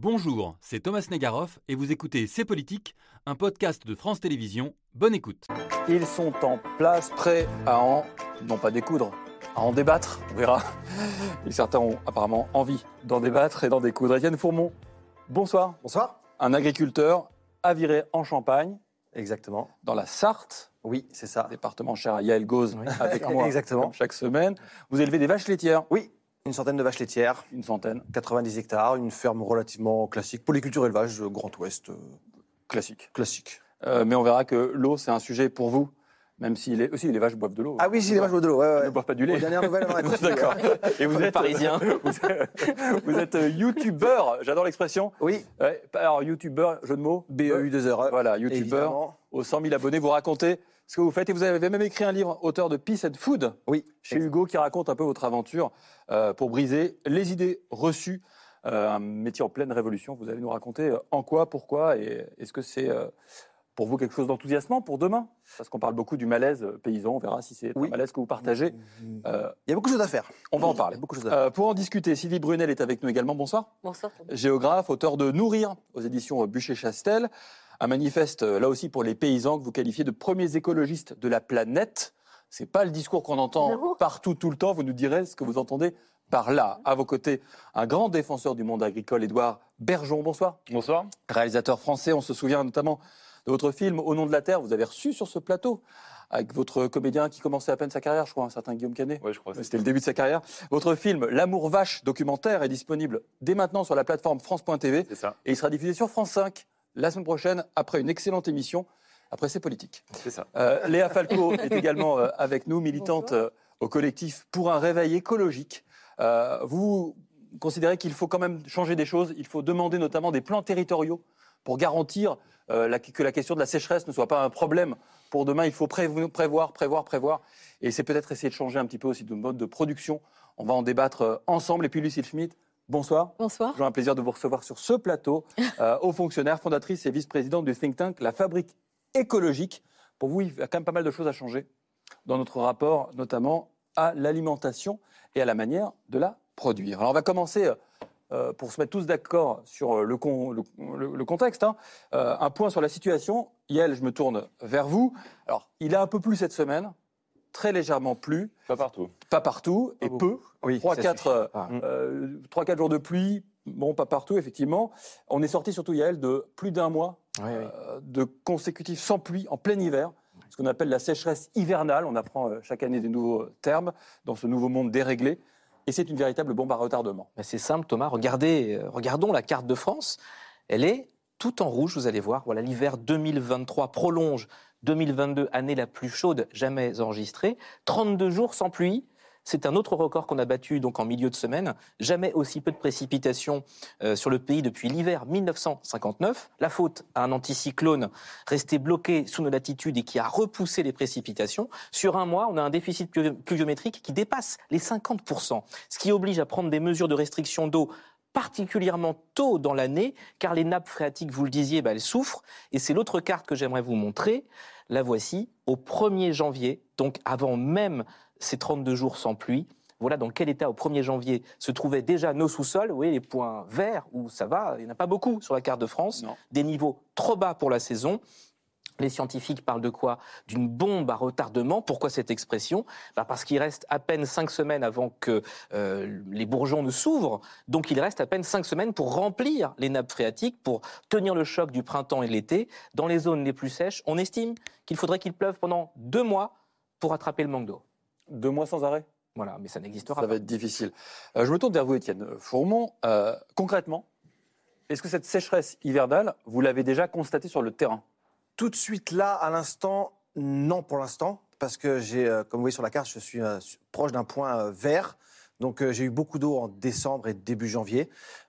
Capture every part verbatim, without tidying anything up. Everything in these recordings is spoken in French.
Bonjour, c'est Thomas Negaroff et vous écoutez C'est Politique, un podcast de France Télévisions. Bonne écoute. Ils sont en place, prêts à en, non pas découdre, à en débattre, on verra. Et certains ont apparemment envie d'en débattre et d'en découdre. Étienne Fourmont, bonsoir. Bonsoir. Un agriculteur aviré en Champagne. Exactement. Dans la Sarthe. Oui, c'est ça. Département cher à Yael Gauze, oui. avec moi Exactement. comme chaque semaine. Vous élevez des vaches laitières. Oui, une centaine de vaches laitières. Une centaine. quatre-vingt-dix hectares, une ferme relativement classique. Polyculture élevage, Grand Ouest. Euh, classique. Classique. Euh, mais on verra que l'eau, c'est un sujet pour vous. Même si les, aussi les vaches boivent de l'eau. Ah oui, si les vaches boivent de l'eau. Ouais, ouais. Elles ne boivent pas du lait. Aux dernières nouvelles, on a continué. D'accord. Et vous êtes parisien. Vous êtes, vous êtes youtubeur, j'adore l'expression. Oui. Ouais, alors youtubeur, jeu de mots. B E U deux heures. Voilà, youtubeur. Aux cent mille abonnés, vous racontez ce que vous faites. Et vous avez même écrit un livre, auteur de Peace and Food. Oui. Chez Hugo, qui raconte un peu votre aventure euh, pour briser les idées reçues. Euh, un métier en pleine révolution. Vous allez nous raconter en quoi, pourquoi, et est-ce que c'est euh, pour vous quelque chose d'enthousiasmant pour demain? Parce qu'on parle beaucoup du malaise paysan, on verra si c'est oui. un malaise que vous partagez. Euh, Il y a beaucoup de choses à faire. On va en parler. Beaucoup de choses à faire. Euh, pour en discuter, Sylvie Brunel est avec nous également. Bonsoir. Bonsoir. Géographe, auteur de Nourrir aux éditions Bûcher-Chastel. Un manifeste, là aussi, pour les paysans que vous qualifiez de premiers écologistes de la planète. Ce n'est pas le discours qu'on entend non. partout, tout le temps. Vous nous direz ce que vous entendez par là. À vos côtés, un grand défenseur du monde agricole, Édouard Bergeon. Bonsoir. Bonsoir. Réalisateur français, on se souvient notamment de votre film Au nom de la terre. Vous avez reçu sur ce plateau avec votre comédien qui commençait à peine sa carrière, je crois, un certain Guillaume Canet. Oui, je crois. C'était le début de sa carrière. Votre film L'amour vache documentaire est disponible dès maintenant sur la plateforme France point T V. C'est ça. Et il sera diffusé sur France cinq la semaine prochaine après une excellente émission. Après, c'est politique. C'est ça. Euh, Léa Falco est également euh, avec nous, militante euh, au collectif pour un réveil écologique. Euh, vous considérez qu'il faut quand même changer des choses. Il faut demander notamment des plans territoriaux pour garantir euh, la, que la question de la sécheresse ne soit pas un problème pour demain. Il faut prévo- prévoir, prévoir, prévoir. Et c'est peut-être essayer de changer un petit peu aussi de mode de production. On va en débattre euh, ensemble. Et puis Lucille Schmitt, bonsoir. Bonsoir. J'ai un plaisir de vous recevoir sur ce plateau. Euh, haut fonctionnaire, fondatrice et vice-présidente du think tank La Fabrique écologique. Pour vous, il y a quand même pas mal de choses à changer dans notre rapport, notamment à l'alimentation et à la manière de la produire. Alors on va commencer, euh, pour se mettre tous d'accord sur le, con, le, le, le contexte, hein, euh, un point sur la situation. Yael, je me tourne vers vous. Alors, il a un peu plu cette semaine, très légèrement plu. Pas partout. Pas partout, et pas peu. Oui, trois quatre euh, euh, jours de pluie, bon, pas partout, effectivement. On est sorti surtout, Yael, de plus d'un mois oui, oui. Euh, de consécutifs sans pluie en plein hiver, ce qu'on appelle la sécheresse hivernale. On apprend euh, chaque année des nouveaux termes dans ce nouveau monde déréglé. Et c'est une véritable bombe à retardement. Ben c'est simple, Thomas. Regardez, euh, regardons la carte de France. Elle est tout en rouge, vous allez voir. Voilà, l'hiver deux mille vingt-trois prolonge deux mille vingt-deux, année la plus chaude jamais enregistrée. trente-deux jours sans pluie. C'est un autre record qu'on a battu donc en milieu de semaine. Jamais aussi peu de précipitations euh, sur le pays depuis l'hiver mille neuf cent cinquante-neuf. La faute à un anticyclone resté bloqué sous nos latitudes et qui a repoussé les précipitations. Sur un mois, on a un déficit pluviométrique qui dépasse les cinquante pour cent, ce qui oblige à prendre des mesures de restriction d'eau particulièrement tôt dans l'année, car les nappes phréatiques, vous le disiez, bah, elles souffrent. Et c'est l'autre carte que j'aimerais vous montrer. La voici, au premier janvier, donc avant même ces trente-deux jours sans pluie. Voilà dans quel état, au premier janvier, se trouvaient déjà nos sous-sols. Vous voyez les points verts où ça va, il n'y en a pas beaucoup sur la carte de France. Non. Des niveaux trop bas pour la saison. Les scientifiques parlent de quoi? D'une bombe à retardement. Pourquoi cette expression? Ben parce qu'il reste à peine cinq semaines avant que euh, les bourgeons ne s'ouvrent. Donc il reste à peine cinq semaines pour remplir les nappes phréatiques, pour tenir le choc du printemps et de l'été. Dans les zones les plus sèches, on estime qu'il faudrait qu'il pleuve pendant deux mois pour attraper le manque d'eau. Deux mois sans arrêt? Voilà, mais ça n'existera Ça pas. va être difficile. Euh, je me tourne vers vous, Étienne Fourmont. Euh, concrètement, est-ce que cette sécheresse hivernale, vous l'avez déjà constatée sur le terrain? Tout de suite là, à l'instant, non pour l'instant, parce que j'ai, euh, comme vous voyez sur la carte, je suis euh, proche d'un point euh, vert. Donc euh, j'ai eu beaucoup d'eau en décembre et début janvier.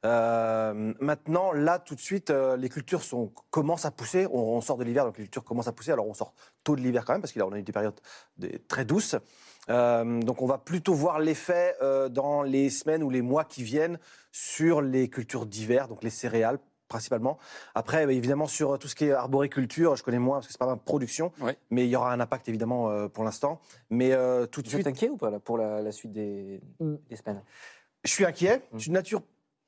Euh, maintenant, là, tout de suite, euh, les cultures sont, commencent à pousser. On, on sort de l'hiver, donc les cultures commencent à pousser. Alors on sort tôt de l'hiver quand même, parce qu'on a eu des périodes des, très douces. Euh, donc on va plutôt voir l'effet euh, dans les semaines ou les mois qui viennent sur les cultures d'hiver, donc les céréales principalement. Après, évidemment, sur tout ce qui est arboriculture, je connais moins parce que c'est pas ma production, oui. mais il y aura un impact évidemment euh, pour l'instant. Mais euh, tout de Vous suite, êtes inquiet ou pas là, pour la, la suite des, Mm. des semaines? je suis inquiet. Mm. Je suis de nature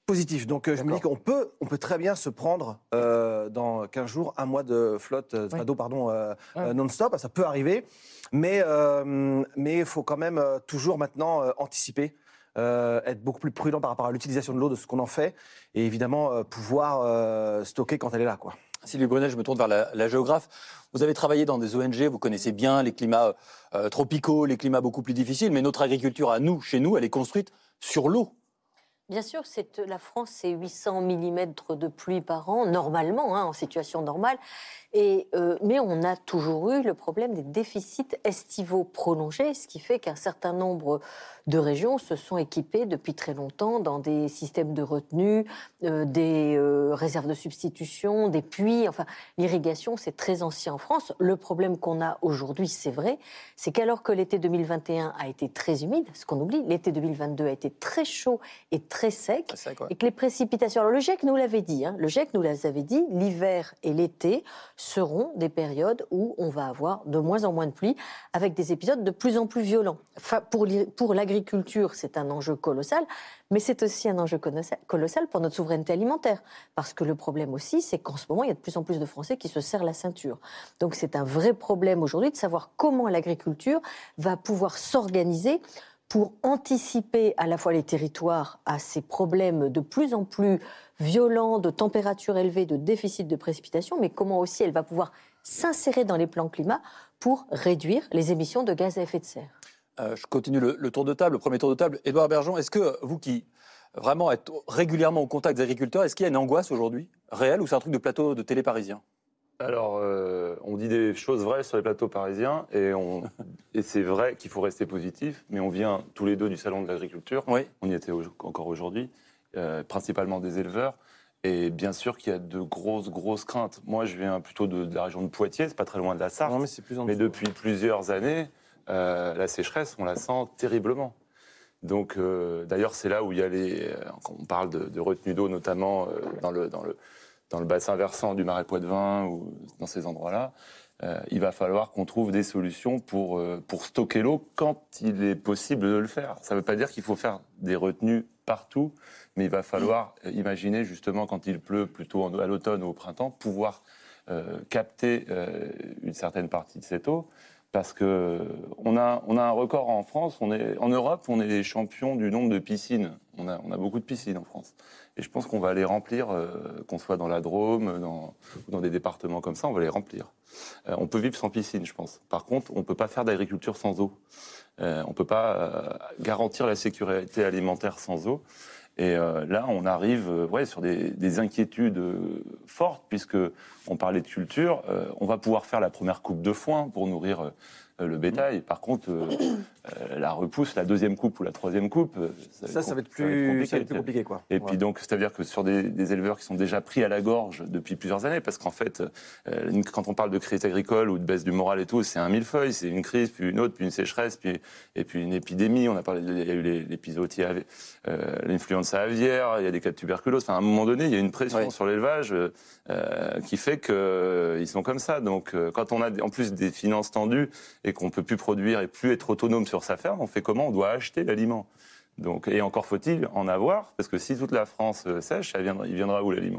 positif. Donc, euh, je me dis qu'on peut, on peut très bien se prendre euh, dans quinze jours un mois de flotte, euh, Oui. d'eau, pardon, euh, Ouais. euh, non-stop. Ça peut arriver, mais euh, mais il faut quand même euh, toujours maintenant euh, anticiper, euh, être beaucoup plus prudent par rapport à l'utilisation de l'eau, de ce qu'on en fait, et évidemment euh, pouvoir euh, stocker quand elle est là, quoi. Sylvie Brunel, je me tourne vers la, la géographe. Vous avez travaillé dans des O N G, vous connaissez bien les climats euh, tropicaux, les climats beaucoup plus difficiles, mais notre agriculture à nous, chez nous, elle est construite sur l'eau. Bien sûr, c'est, la France, c'est huit cents millimètres de pluie par an, normalement, hein, en situation normale. Et, euh, mais on a toujours eu le problème des déficits estivaux prolongés, ce qui fait qu'un certain nombre de régions se sont équipées depuis très longtemps dans des systèmes de retenue, euh, des euh, réserves de substitution, des puits. Enfin, l'irrigation, c'est très ancien en France. Le problème qu'on a aujourd'hui, c'est vrai, c'est qu'alors que l'été deux mille vingt et un a été très humide, ce qu'on oublie, l'été deux mille vingt-deux a été très chaud et très sec, C'est sec, ouais. et que les précipitations... Alors le GIEC nous l'avait dit, hein, le GIEC nous l'avait dit, l'hiver et l'été seront des périodes où on va avoir de moins en moins de pluie, avec des épisodes de plus en plus violents. Enfin, pour, pour l'agriculture, c'est un enjeu colossal, mais c'est aussi un enjeu colossal pour notre souveraineté alimentaire. Parce que le problème aussi, c'est qu'en ce moment, il y a de plus en plus de Français qui se serrent la ceinture. Donc c'est un vrai problème aujourd'hui de savoir comment l'agriculture va pouvoir s'organiser pour anticiper à la fois les territoires à ces problèmes de plus en plus violents, de températures élevées, de déficit de précipitation, mais comment aussi elle va pouvoir s'insérer dans les plans climat pour réduire les émissions de gaz à effet de serre. Euh, je continue le, le tour de table, le premier tour de table. Édouard Bergeon, est-ce que vous qui vraiment êtes régulièrement au contact des agriculteurs, est-ce qu'il y a une angoisse aujourd'hui, réelle, ou c'est un truc de plateau de télé parisien ? Alors, euh, on dit des choses vraies sur les plateaux parisiens, et, on, et c'est vrai qu'il faut rester positif, mais on vient tous les deux du Salon de l'Agriculture, Oui. on y était au, encore aujourd'hui, euh, principalement des éleveurs, et bien sûr qu'il y a de grosses, grosses craintes. Moi, je viens plutôt de, de la région de Poitiers, c'est pas très loin de la Sarthe, Non, mais c'est plus en mais dessous. depuis plusieurs années, euh, la sécheresse, on la sent terriblement. Donc, euh, d'ailleurs, c'est là où il y a les... Euh, quand on parle de, de retenue d'eau, notamment euh, dans le... Dans le dans le bassin versant du Marais Poitevin ou dans ces endroits-là, euh, il va falloir qu'on trouve des solutions pour, euh, pour stocker l'eau quand il est possible de le faire. Ça ne veut pas dire qu'il faut faire des retenues partout, mais il va falloir euh, imaginer justement quand il pleut, plutôt en, à l'automne ou au printemps, pouvoir euh, capter euh, une certaine partie de cette eau. Parce qu'on a, on a un record en France, on est, en Europe, on est les champions du nombre de piscines. On a, on a beaucoup de piscines en France. Et je pense qu'on va les remplir, euh, qu'on soit dans la Drôme, dans, ou dans des départements comme ça, on va les remplir. Euh, on peut vivre sans piscine, je pense. Par contre, on ne peut pas faire d'agriculture sans eau. Euh, on ne peut pas euh, garantir la sécurité alimentaire sans eau. Et euh, là, on arrive euh, ouais, sur des, des inquiétudes euh, fortes, puisqu'on parlait de culture. Euh, on va pouvoir faire la première coupe de foin pour nourrir euh, le bétail. Par contre, euh, euh, la repousse, la deuxième coupe ou la troisième coupe, euh, Ça, ça, ça va être plus, compliqué. ça va être plus compliqué, quoi. Et Ouais. puis donc, c'est-à-dire que sur des, des éleveurs qui sont déjà pris à la gorge depuis plusieurs années, parce qu'en fait, euh, une- quand on parle de crise agricole ou de baisse du moral et tout, c'est un millefeuille, c'est une crise, puis une autre, puis une sécheresse, puis et puis une épidémie. On a parlé, il y a eu les- l'épisodie, euh, l'influenza aviaire, il y a des cas de tuberculose. Enfin, à un moment donné, il y a une pression Oui. sur l'élevage euh, euh, qui fait qu'ils euh, sont comme ça. Donc, euh, quand on a en plus des finances tendues et qu'on peut plus produire et plus être autonome sur sa ferme, on fait comment ? On doit acheter l'aliment. Donc, et encore faut-il en avoir, parce que si toute la France euh, sèche, ça viendra, il viendra où l'aliment ?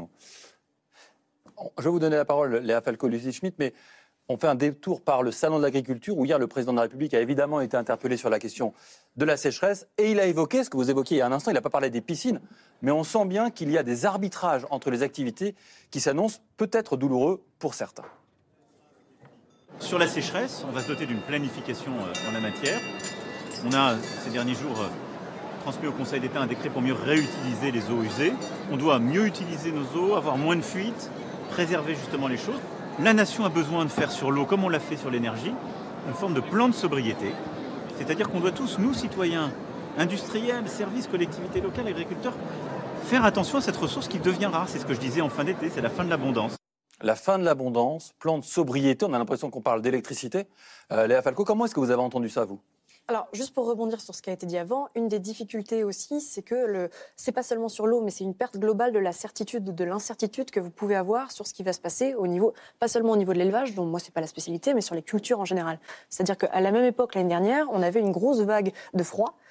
Je vais vous donner la parole, Léa Falco, Lucie Schmitt, mais on fait un détour par le Salon de l'Agriculture, où hier, le président de la République a évidemment été interpellé sur la question de la sécheresse, et il a évoqué, ce que vous évoquiez il y a un instant, il n'a pas parlé des piscines, mais on sent bien qu'il y a des arbitrages entre les activités qui s'annoncent peut-être douloureux pour certains. Sur la sécheresse, on va se doter d'une planification euh, en la matière. On a, ces derniers jours, euh, transmis au Conseil d'État un décret pour mieux réutiliser les eaux usées. On doit mieux utiliser nos eaux, avoir moins de fuites, préserver justement les choses. La nation a besoin de faire sur l'eau, comme on l'a fait sur l'énergie, une forme de plan de sobriété. C'est-à-dire qu'on doit tous, nous, citoyens, industriels, services, collectivités locales, agriculteurs, faire attention à cette ressource qui devient rare. C'est ce que je disais en fin d'été, c'est la fin de l'abondance. La fin de l'abondance, plan de sobriété, on a l'impression qu'on parle d'électricité. Euh, Léa Falco, comment est-ce que vous avez entendu ça, vous ? Alors, juste pour rebondir sur ce qui a été dit avant, une des difficultés aussi, c'est que le, c'est pas seulement sur l'eau, mais c'est une perte globale de la certitude, de l'incertitude que vous pouvez avoir sur ce qui va se passer au niveau, pas seulement au niveau de l'élevage, dont moi c'est pas la spécialité, mais sur les cultures en général. C'est-à-dire qu'à la même époque l'année dernière, on avait une grosse vague de froid.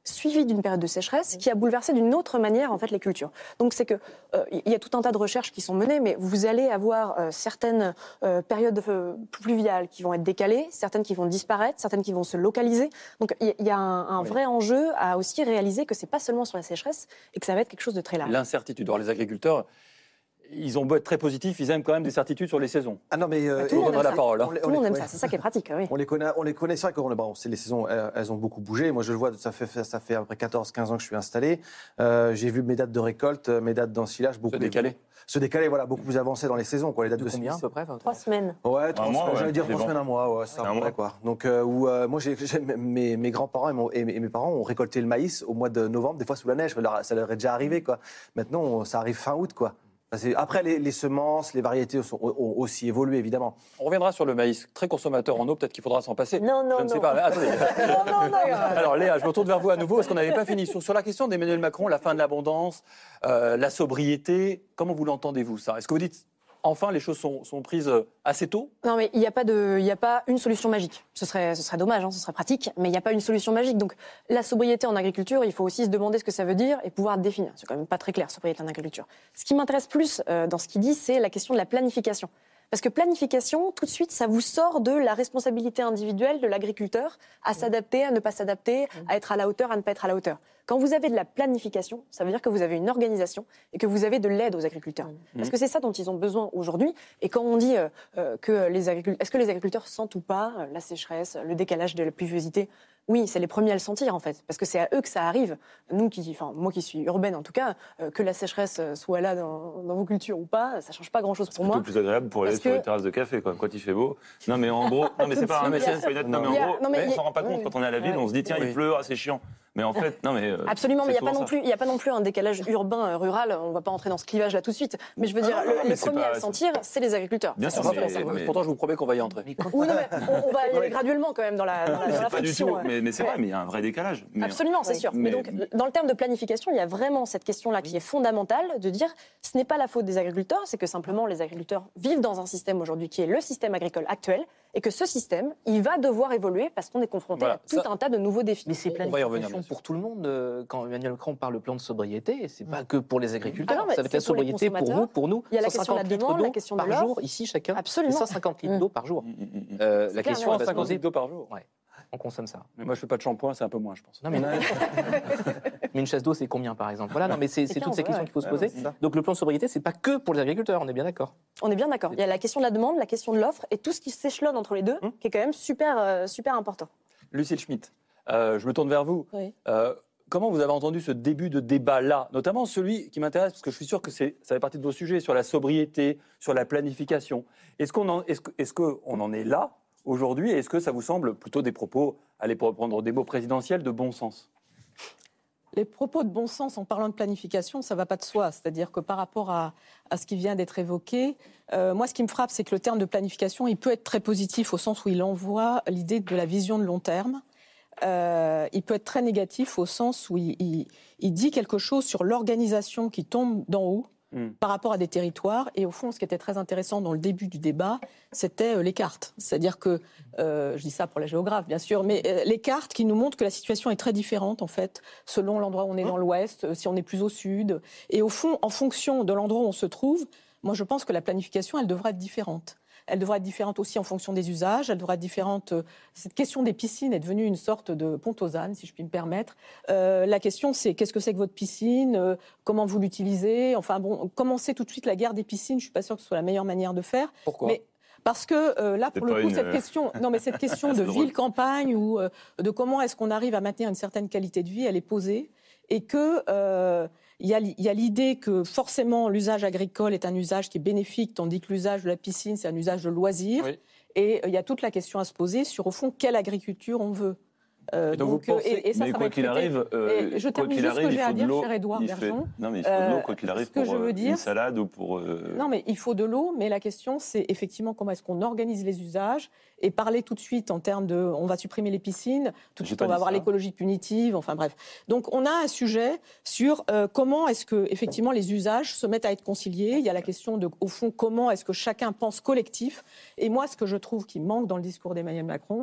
suivi d'une période de sécheresse qui a bouleversé d'une autre manière en fait les cultures. Donc c'est que euh, il y a tout un tas de recherches qui sont menées, mais vous allez avoir euh, certaines euh, périodes euh, pluviales qui vont être décalées, certaines qui vont disparaître, certaines qui vont se localiser. Donc il y, y a un, un Oui. vrai enjeu à aussi réaliser que c'est pas seulement sur la sécheresse et que ça va être quelque chose de très large. L'incertitude. Alors, les agriculteurs, ils ont beau être très positifs, ils aiment quand même des certitudes sur les saisons. Ah non, mais euh, Tout le On monde donnera aime la ça. parole. hein. on les- Tout on le monde les- aime ouais. ça, c'est ça qui est pratique, oui. On les connaît, on les connaît, c'est vrai que bon, c'est les saisons, elles, elles ont beaucoup bougé. Moi, je le vois, ça fait, ça fait à peu près quatorze quinze ans que je suis installé. Euh, j'ai vu mes dates de récolte, mes dates d'ensilage beaucoup Se décaler. Se décaler, voilà, beaucoup plus avancées dans les saisons, quoi. Les dates De de combien à semis. peu près enfin, Trois semaines. Ouais, trois Un mois, semaines, ouais, j'allais dire des trois vents. semaines, un mois, ouais, ça, Un ouais, mois. quoi. Donc, euh, où, euh, moi, j'ai, j'ai- mes, mes grands-parents et, mon- et mes et mes parents ont récolté le maïs au mois de novembre, des fois sous la neige, ça leur, ça leur est déjà arrivé, quoi. Maintenant, on- ça arrive fin août, quoi. Enfin, c'est- Après, les, les semences, les variétés sont- ont aussi évolué, évidemment. On reviendra sur le maïs, très consommateur en eau, peut-être qu'il faudra s'en passer. Non, non, Je ne sais non. pas. Attendez. Non, non, non. Alors Léa, je me tourne vers vous à nouveau, parce qu'on n'avait pas fini. Sur, sur la question d'Emmanuel Macron, la fin de l'abondance, euh, la sobriété, comment vous l'entendez-vous ça ? Est-ce que vous dites, enfin, les choses sont, sont prises euh, assez tôt ? Non, mais il n'y a pas de, il y a pas une solution magique. Ce serait, ce serait dommage, hein, ce serait pratique, mais il n'y a pas une solution magique. Donc, la sobriété en agriculture, il faut aussi se demander ce que ça veut dire et pouvoir définir. C'est quand même pas très clair, sobriété en agriculture. Ce qui m'intéresse plus euh, dans ce qu'il dit, c'est la question de la planification. Parce que planification, tout de suite, ça vous sort de la responsabilité individuelle de l'agriculteur à s'adapter, à ne pas s'adapter, à être à la hauteur, à ne pas être à la hauteur. Quand vous avez de la planification, ça veut dire que vous avez une organisation et que vous avez de l'aide aux agriculteurs. Parce que c'est ça dont ils ont besoin aujourd'hui. Et quand on dit euh, euh, que les agriculteurs, est-ce que les agriculteurs sentent ou pas euh, la sécheresse, le décalage de la pluviosité ? Oui, c'est les premiers à le sentir en fait, parce que c'est à eux que ça arrive. Nous qui, enfin moi qui suis urbaine en tout cas, euh, que la sécheresse soit là dans, dans vos cultures ou pas, ça change pas grand-chose pour C'est moi. plutôt plus agréable pour aller Parce sur que- les terrasses de café, quoi, quand il fait beau. Non, mais en gros, non, mais c'est pas un Il y a- message, non, mais il y a- en gros, non, mais il on y a- s'en rend pas compte oui. quand on est à la ville, Ouais. on se dit, tiens, Oui. il pleut, ah, c'est chiant. Mais en fait, non, mais. euh, Absolument, mais il c'est n'y a, pas souvent non ça. plus- il y a pas non plus un décalage urbain-rural. On ne va pas entrer dans ce clivage-là tout de suite. Mais je veux Ah dire, non, le- non, mais les c'est premiers pas- à le sentir, c'est les agriculteurs. Bien Ça, sûr, c'est mais- sûr. mais- Pourtant, je vous promets qu'on va y entrer. Mais quand- Oui, non, mais on, on va y aller Ouais. graduellement quand même dans la, dans la, dans la Pas du friction, tout, ouais. mais, mais c'est Ouais. vrai, mais il y a un vrai décalage. Mais- Absolument, c'est Oui. sûr. Mais, Mais- donc, dans le terme de planification, il y a vraiment cette question-là qui est fondamentale de dire ce n'est pas la faute des agriculteurs, c'est que simplement les agriculteurs vivent dans un système aujourd'hui qui est le système agricole actuel et que ce système, il va devoir évoluer parce qu'on est confronté Voilà, à tout ça- un tas de nouveaux défis. Mais c'est On va y revenir, planification bien sûr. pour tout le monde. euh, Quand Emmanuel Macron parle de plan de sobriété, c'est pas que pour les agriculteurs. Ah non, mais ça va être la c'est pour les sobriété pour consommateurs. vous, pour nous. Il y a la cent question de la cinquante litres demande, la d'eau question de par l'offre. jour, ici chacun. Absolument. cent cinquante litres Mm. d'eau par jour. Mm, mm, mm. Euh, la clair, question, ouais. elle va se cent cinquante poser. litres d'eau par jour. On consomme ça. Mais moi, je fais pas de shampoing, c'est un peu moins, je pense. Non, mais, mais une chasse d'eau, c'est combien par exemple? Voilà, non, mais c'est C'est c'est toutes quinze, ces questions ouais. qu'il faut se Ouais, poser. c'est ça. Donc le plan de sobriété, c'est pas que pour les agriculteurs, on est bien d'accord. On est bien d'accord. Il y a la question de la demande, la question de l'offre et tout ce qui s'échelonne entre les deux, Hum. qui est quand même super, euh, super important. Lucille Schmitt, euh, je me tourne vers vous. Oui. Euh, comment vous avez entendu ce début de débat-là, notamment celui qui m'intéresse, parce que je suis sûr que c'est, ça fait partie de vos sujets, sur la sobriété, sur la planification. Est-ce qu'on en, est-ce que, est-ce qu'on en est là aujourd'hui et est-ce que ça vous semble plutôt des propos, allez pour reprendre des mots présidentiels, de bon sens? Les propos de bon sens en parlant de planification, ça ne va pas de soi. C'est-à-dire que par rapport à, à ce qui vient d'être évoqué, euh, moi, ce qui me frappe, c'est que le terme de planification, il peut être très positif au sens où il envoie l'idée de la vision de long terme. Euh, il peut être très négatif au sens où il, il, il dit quelque chose sur l'organisation qui tombe d'en haut Mm. par rapport à des territoires. Et au fond, ce qui était très intéressant dans le début du débat, c'était euh, les cartes. C'est-à-dire que, euh, je dis ça pour la géographe, bien sûr, mais euh, les cartes qui nous montrent que la situation est très différente, en fait, selon l'endroit où on est dans l'ouest, euh, si on est plus au sud. Et au fond, en fonction de l'endroit où on se trouve, moi, je pense que la planification, elle devrait être différente. Elle devrait être différente aussi en fonction des usages. Elle devrait être différente. euh, Cette question des piscines est devenue une sorte de pont aux ânes, si je puis me permettre. Euh, la question, c'est qu'est-ce que c'est que votre piscine, euh, comment vous l'utilisez. Enfin bon, commencer tout de suite la guerre des piscines, je suis pas sûre que ce soit la meilleure manière de faire. Pourquoi? Mais parce que euh, là, C'est pour le pas coup, une, cette euh, question, non, mais cette question de C'est drôle. ville-campagne ou euh, de comment est-ce qu'on arrive à maintenir une certaine qualité de vie, elle est posée, et que euh, il y a, il y a l'idée que forcément l'usage agricole est un usage qui est bénéfique, tandis que l'usage de la piscine c'est un usage de loisir. Oui. Et euh, il y a toute la question à se poser sur au fond quelle agriculture on veut. Euh, Et donc, vous euh, pensez- et, et ça, Mais ça va quoi être qu'il traité. arrive, euh, Et je quoi termine qu'il juste ce que arrive, il j'ai à faut de dire, l'eau. cher Édouard Il fait- Bergeon. Non, mais il faut de l'eau, Euh, quoi qu'il arrive, ce que pour je veux euh, dire, une salade ou pour. euh, Non, mais il faut de l'eau, mais la question, c'est effectivement comment est-ce qu'on organise les usages et parler tout de suite en termes de on va supprimer les piscines, tout de J'ai suite pas on va dit avoir ça. l'écologie punitive, enfin bref. Donc on a un sujet sur euh, comment est-ce que effectivement les usages se mettent à être conciliés. Il y a la question de, au fond, comment est-ce que chacun pense collectif. Et moi, ce que je trouve qui manque dans le discours d'Emmanuel Macron,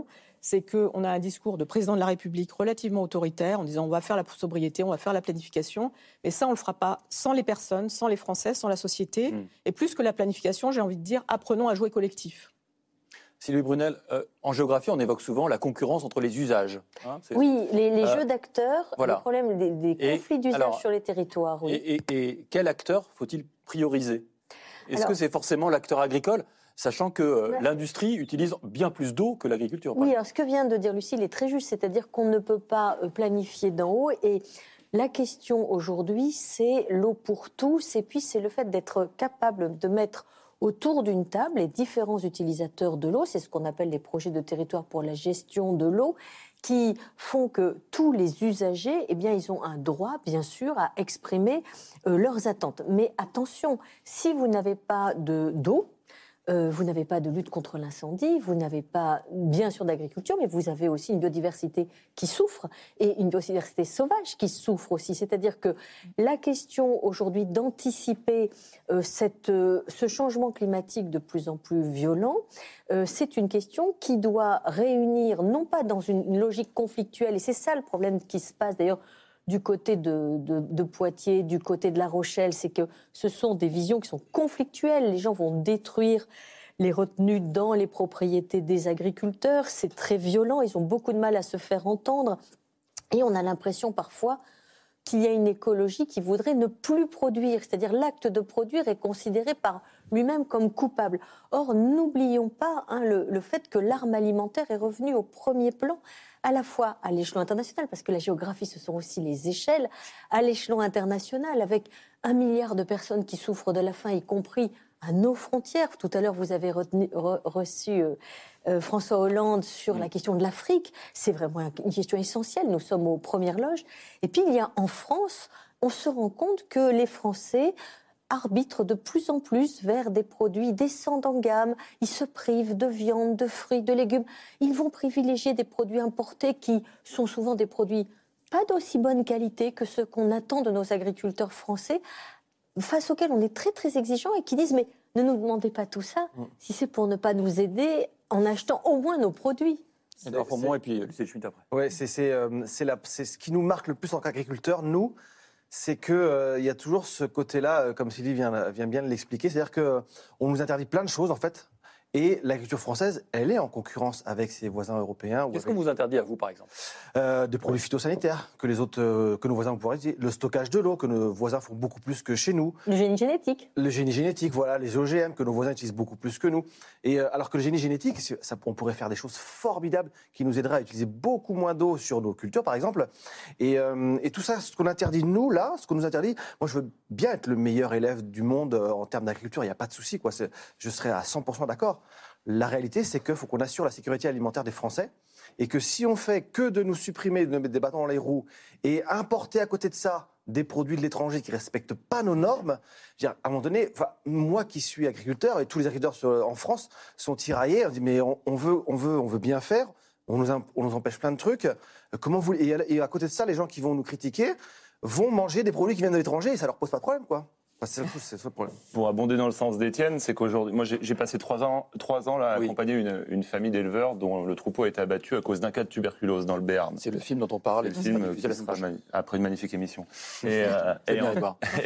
c'est qu'on a un discours de président de la République relativement autoritaire en disant on va faire la sobriété, on va faire la planification. Mais ça, on ne le fera pas sans les personnes, sans les Français, sans la société. Mmh. Et plus que la planification, j'ai envie de dire, apprenons à jouer collectif. Sylvie Brunel, euh, en géographie, on évoque souvent la concurrence entre les usages. Hein, oui, les, les euh, jeux d'acteurs, voilà. le problème des, des conflits d'usage sur les territoires. Oui. Et, et, et quel acteur faut-il prioriser ? Est-ce alors, que c'est forcément l'acteur agricole, sachant que euh, ouais. l'industrie utilise bien plus d'eau que l'agriculture ? Oui, alors ce que vient de dire Lucille est très juste, c'est-à-dire qu'on ne peut pas planifier d'en haut. Et la question aujourd'hui, c'est l'eau pour tous, et puis c'est le fait d'être capable de mettre autour d'une table les différents utilisateurs de l'eau, c'est ce qu'on appelle les projets de territoire pour la gestion de l'eau, qui font que tous les usagers, eh bien, ils ont un droit, bien sûr, à exprimer euh, leurs attentes. Mais attention, si vous n'avez pas de, d'eau, Euh, vous n'avez pas de lutte contre l'incendie, vous n'avez pas, bien sûr, d'agriculture, mais vous avez aussi une biodiversité qui souffre, et une biodiversité sauvage qui souffre aussi. C'est-à-dire que la question aujourd'hui d'anticiper euh, cette, euh, ce changement climatique de plus en plus violent, euh, c'est une question qui doit réunir, non pas dans une, une logique conflictuelle, et c'est ça le problème qui se passe d'ailleurs du côté de, de, de Poitiers, du côté de La Rochelle, c'est que ce sont des visions qui sont conflictuelles. Les gens vont détruire les retenues dans les propriétés des agriculteurs. C'est très violent, ils ont beaucoup de mal à se faire entendre. Et on a l'impression parfois qu'il y a une écologie qui voudrait ne plus produire. C'est-à-dire l'acte de produire est considéré par lui-même comme coupable. Or, n'oublions pas hein, le, le fait que l'arme alimentaire est revenue au premier plan, à la fois à l'échelon international, parce que la géographie, ce sont aussi les échelles, à l'échelon international, avec un milliard de personnes qui souffrent de la faim, y compris à nos frontières. Tout à l'heure, vous avez retenu, re, reçu euh, euh, François Hollande sur la question de l'Afrique. C'est vraiment une question essentielle. Nous sommes aux premières loges. Et puis, il y a en France, on se rend compte que les Français arbitrent de plus en plus vers des produits descendent en gamme. Ils se privent de viande, de fruits, de légumes. Ils vont privilégier des produits importés qui sont souvent des produits pas d'aussi bonne qualité que ceux qu'on attend de nos agriculteurs français, face auxquels on est très très exigeant et qui disent mais ne nous demandez pas tout ça mmh. si c'est pour ne pas nous aider en achetant au moins nos produits. Et d'abord pour moi et puis Lucille Schmitt après. Oui, c'est, c'est, euh, c'est, la, c'est ce qui nous marque le plus en tant qu'agriculteurs, nous, c'est qu'il euh, y a toujours ce côté-là, euh, comme Sylvie vient, vient bien de l'expliquer, c'est-à-dire qu'on euh, nous interdit plein de choses en fait. Et l'agriculture française, elle est en concurrence avec ses voisins européens. Qu'est-ce avec... qu'on vous interdit à vous, par exemple ? euh, Des produits phytosanitaires que les autres, euh, que nos voisins pourraient utiliser. Le stockage de l'eau que nos voisins font beaucoup plus que chez nous. Le génie génétique. Le génie génétique, voilà, les O G M que nos voisins utilisent beaucoup plus que nous. Et euh, alors que le génie génétique, ça, on pourrait faire des choses formidables qui nous aideraient à utiliser beaucoup moins d'eau sur nos cultures, par exemple. Et, euh, et tout ça, ce qu'on interdit nous là, ce qu'on nous interdit. Moi, je veux bien être le meilleur élève du monde euh, en termes d'agriculture. Il n'y a pas de souci, quoi. C'est, je serais à cent pour cent d'accord. La réalité, c'est qu'il faut qu'on assure la sécurité alimentaire des Français et que si on fait que de nous supprimer, de nous mettre des bâtons dans les roues et importer à côté de ça des produits de l'étranger qui ne respectent pas nos normes, je veux dire, à un moment donné, moi qui suis agriculteur et tous les agriculteurs sur, en France sont tiraillés, on dit mais on, on, veut, on, veut, on veut bien faire, on nous, on nous empêche plein de trucs, comment vous, et, et à côté de ça, les gens qui vont nous critiquer vont manger des produits qui viennent de l'étranger et ça ne leur pose pas de problème, quoi. Enfin, c'est, c'est, c'est ça le problème. Pour abonder dans le sens d'Étienne, c'est qu'aujourd'hui, moi j'ai, j'ai passé trois ans, trois ans là, à oui. accompagner une, une famille d'éleveurs dont le troupeau a été abattu à cause d'un cas de tuberculose dans le Béarn. C'est le film dont on parle. C'est le film qui sera mani- après une magnifique émission. Et, euh, et, en,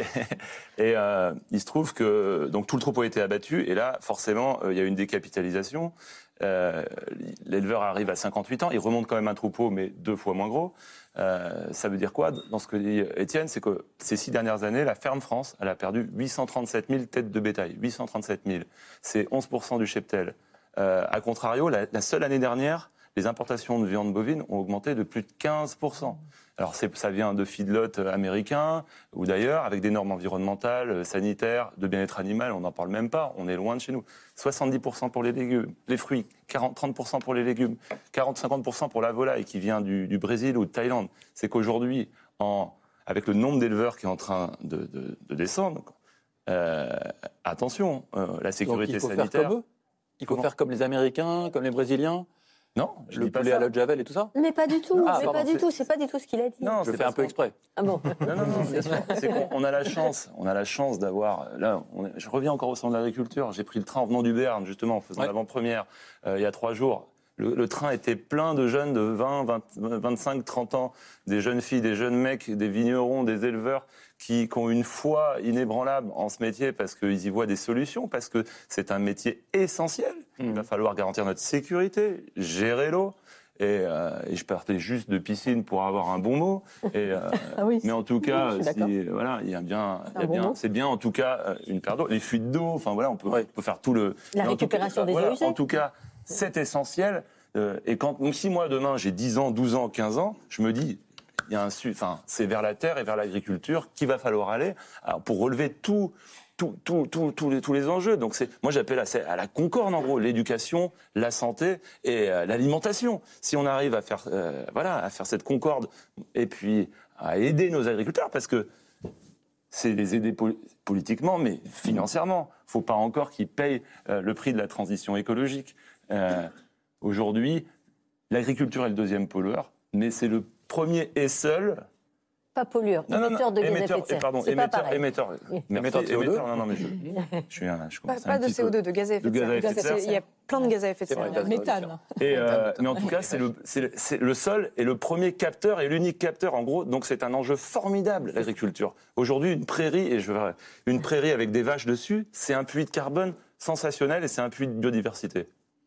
et euh, il se trouve que donc tout le troupeau a été abattu et là forcément euh, il y a une décapitalisation. Euh, l'éleveur arrive à cinquante-huit ans, il remonte quand même un troupeau mais deux fois moins gros. Euh, ça veut dire quoi dans ce que dit Étienne, c'est que ces six dernières années, la ferme France, elle a perdu huit cent trente-sept mille têtes de bétail. huit cent trente-sept mille, c'est onze pour cent du cheptel. Euh, a contrario, la, la seule année dernière, les importations de viande bovine ont augmenté de plus de quinze pour cent. Alors c'est, ça vient de feedlots américains ou d'ailleurs, avec des normes environnementales, sanitaires, de bien-être animal, on n'en parle même pas, on est loin de chez nous. soixante-dix pour cent pour les légumes, les fruits, quarante, trente pour cent pour les légumes, quarante à cinquante pour cent pour la volaille qui vient du, du Brésil ou de Thaïlande. C'est qu'aujourd'hui, en, avec le nombre d'éleveurs qui est en train de, de, de descendre, euh, attention, euh, la sécurité Donc, il faut sanitaire... Faire comme eux. Il faut Comment faire comme les Américains, comme les Brésiliens. Non, je le dis pas poulet ça. à la Javel et tout ça. Mais pas du tout, Ah, mais pardon, pas du c'est- tout, c'est pas du tout ce qu'il a dit. Non, Je c'est fais un parce peu qu'on- Ah exprès. bon. Non, non, non, bien sûr. C'est qu'on on a la chance, on a la chance d'avoir. Là, on est- je reviens encore au centre de l'agriculture. J'ai pris le train en venant du Béarn, justement, en faisant Ouais. l'avant-première euh, il y a trois jours. Le, le train était plein de jeunes de vingt, vingt, vingt-cinq, trente ans, des jeunes filles, des jeunes mecs, des vignerons, des éleveurs qui, qui ont une foi inébranlable en ce métier parce qu'ils y voient des solutions, parce que c'est un métier essentiel. Mmh. Il va falloir garantir notre sécurité, gérer l'eau. Et, euh, et je partais juste de piscine pour avoir un bon mot. Et, euh, ah oui, mais en tout cas, oui, si, voilà, il y a bien, il y a bon bien, c'est bien en tout cas une paire d'eau, les fuites d'eau. Enfin voilà, on peut, ouais. on peut faire tout le. La récupération cas, des voilà, eaux usées. En tout cas, c'est essentiel. Euh, et quand, donc si moi demain j'ai dix ans, douze ans, quinze ans, je me dis, il y a un, enfin, c'est vers la terre et vers l'agriculture qu'il va falloir aller alors, pour relever tout. Tous tout, tout, tout les, tous les enjeux. Donc c'est, moi j'appelle à, à la concorde en gros, l'éducation, la santé et euh, l'alimentation. Si on arrive à faire, euh, voilà, à faire cette concorde et puis à aider nos agriculteurs, parce que c'est les aider pol- politiquement, mais financièrement. Il ne faut pas encore qu'ils payent euh, le prix de la transition écologique. Euh, aujourd'hui, l'agriculture est le deuxième pollueur, mais c'est le premier et seul... Pas pollueur, non, émetteur non, non, de gaz à effet de serre. Pardon, c'est émetteur, pas émetteur, oui. émetteur de C O deux. Non, non, mais je, je suis un. Je pas pas de C O deux, de gaz à effet de serre. Il y a plein de gaz à effet de serre. Le méthane. Et euh, mais en tout cas, c'est le, c'est, c'est le sol est le premier capteur et l'unique capteur, en gros. Donc c'est un enjeu formidable, l'agriculture. Aujourd'hui, une prairie, et je veux une prairie avec des vaches dessus, c'est un puits de carbone sensationnel et c'est un puits de biodiversité.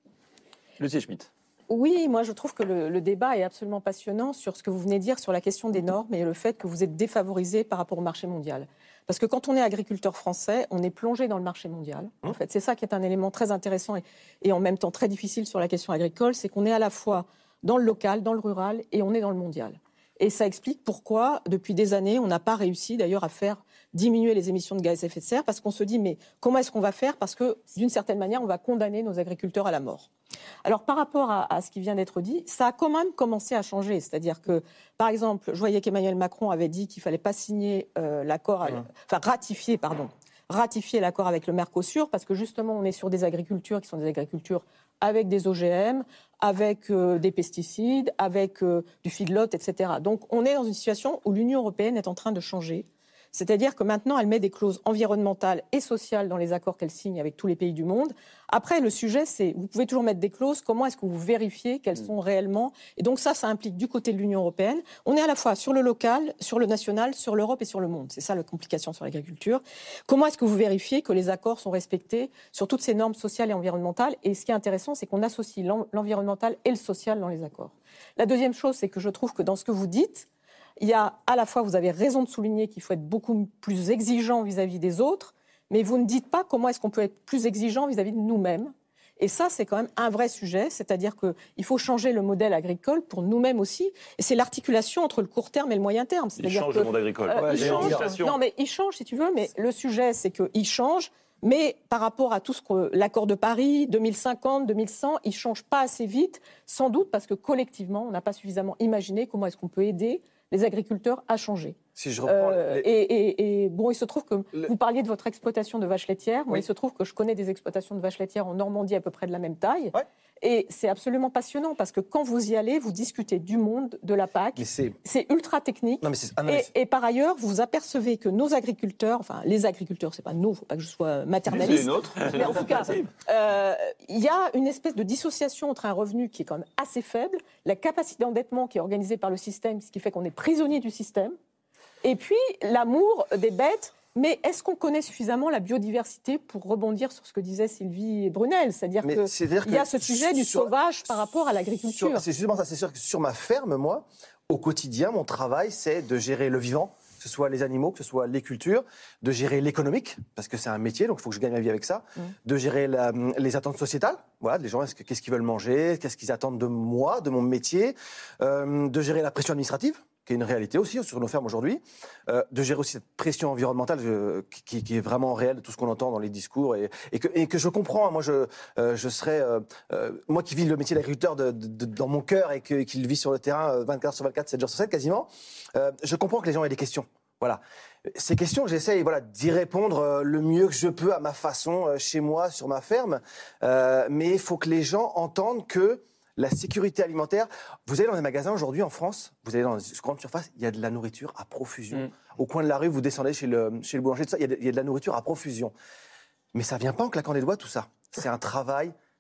Lucie Schmitt. Oui, moi je trouve que le, le débat est absolument passionnant sur ce que vous venez de dire sur la question des normes et le fait que vous êtes défavorisé par rapport au marché mondial. Parce que quand on est agriculteur français, on est plongé dans le marché mondial. En fait, c'est ça qui est un élément très intéressant et, et en même temps très difficile sur la question agricole, c'est qu'on est à la fois dans le local, dans le rural et on est dans le mondial. Et ça explique pourquoi, depuis des années, on n'a pas réussi d'ailleurs à faire diminuer les émissions de gaz à effet de serre, parce qu'on se dit, mais comment est-ce qu'on va faire ? Parce que, d'une certaine manière, on va condamner nos agriculteurs à la mort. Alors, par rapport à, à ce qui vient d'être dit, ça a quand même commencé à changer. C'est-à-dire que, par exemple, je voyais qu'Emmanuel Macron avait dit qu'il ne fallait pas signer euh, l'accord, à, enfin ratifier, pardon, ratifier l'accord avec le Mercosur, parce que justement, on est sur des agricultures qui sont des agricultures avec des O G M, avec euh, des pesticides, avec euh, du feedlot, et cetera. Donc, on est dans une situation où l'Union européenne est en train de changer. C'est-à-dire que maintenant, elle met des clauses environnementales et sociales dans les accords qu'elle signe avec tous les pays du monde. Après, le sujet, c'est, vous pouvez toujours mettre des clauses, comment est-ce que vous vérifiez qu'elles sont réellement ? Et donc ça, ça implique du côté de l'Union européenne. On est à la fois sur le local, sur le national, sur l'Europe et sur le monde. C'est ça la complication sur l'agriculture. Comment est-ce que vous vérifiez que les accords sont respectés sur toutes ces normes sociales et environnementales ? Et ce qui est intéressant, c'est qu'on associe l'environnemental et le social dans les accords. La deuxième chose, c'est que je trouve que dans ce que vous dites, il y a à la fois, vous avez raison de souligner qu'il faut être beaucoup plus exigeant vis-à-vis des autres, mais vous ne dites pas comment est-ce qu'on peut être plus exigeant vis-à-vis de nous-mêmes. Et ça, c'est quand même un vrai sujet, c'est-à-dire qu'il faut changer le modèle agricole pour nous-mêmes aussi. Et c'est l'articulation entre le court terme et le moyen terme. Il change que, le monde agricole. Euh, ouais, il change, non, mais il change, si tu veux, mais le sujet, c'est qu'il change. Mais par rapport à tout ce que l'accord de Paris, deux mille cinquante, deux mille cent, il ne change pas assez vite, sans doute parce que collectivement, on n'a pas suffisamment imaginé comment est-ce qu'on peut aider les agriculteurs à changer. Si je reprends euh, les... et, et, et bon, il se trouve que le... vous parliez de votre exploitation de vaches laitières. Moi, oui. il se trouve que je connais des exploitations de vaches laitières en Normandie à peu près de la même taille. Ouais. Et c'est absolument passionnant parce que quand vous y allez, vous discutez du monde, de la P A C. C'est... c'est ultra technique. Non, mais c'est... Ah, non, mais c'est... Et, et par ailleurs, vous apercevez que nos agriculteurs, enfin les agriculteurs, c'est pas nous, il ne faut pas que je sois maternaliste. C'est une autre. Mais en tout cas, il euh, y a une espèce de dissociation entre un revenu qui est quand même assez faible, la capacité d'endettement qui est organisée par le système, ce qui fait qu'on est prisonnier du système, et puis l'amour des bêtes. Mais est-ce qu'on connaît suffisamment la biodiversité pour rebondir sur ce que disait Sylvie Brunel ? C'est-à-dire qu'il y a ce sujet du sur, sauvage par rapport à l'agriculture. Sur, c'est justement ça, c'est sûr que sur ma ferme, moi, au quotidien, mon travail, c'est de gérer le vivant, que ce soit les animaux, que ce soit les cultures, de gérer l'économique, parce que c'est un métier, donc il faut que je gagne ma vie avec ça, mmh. de gérer la, les attentes sociétales, voilà, les gens, est-ce que, qu'est-ce qu'ils veulent manger, qu'est-ce qu'ils attendent de moi, de mon métier, euh, de gérer la pression administrative, qui est une réalité aussi sur nos fermes aujourd'hui, euh, de gérer aussi cette pression environnementale euh, qui, qui est vraiment réelle de tout ce qu'on entend dans les discours et, et, que, et que je comprends. Moi, je, euh, je serais, euh, euh, moi qui vis le métier d'agriculteur de, de, de, dans mon cœur et que, qui le vit sur le terrain vingt-quatre heures sur vingt-quatre, sept jours sur sept quasiment, euh, je comprends que les gens aient des questions. Voilà. Ces questions, j'essaie voilà, d'y répondre euh, le mieux que je peux à ma façon, euh, chez moi, sur ma ferme. Euh, mais il faut que les gens entendent que la sécurité alimentaire, vous allez dans les magasins aujourd'hui en France, vous allez dans les grandes surfaces, il y a de la nourriture à profusion. Mmh. Au coin de la rue, vous descendez chez le, chez le boulanger, tout ça, il y a de, il y a de la nourriture à profusion. Mais ça ne vient pas en claquant des doigts, tout ça. C'est un travail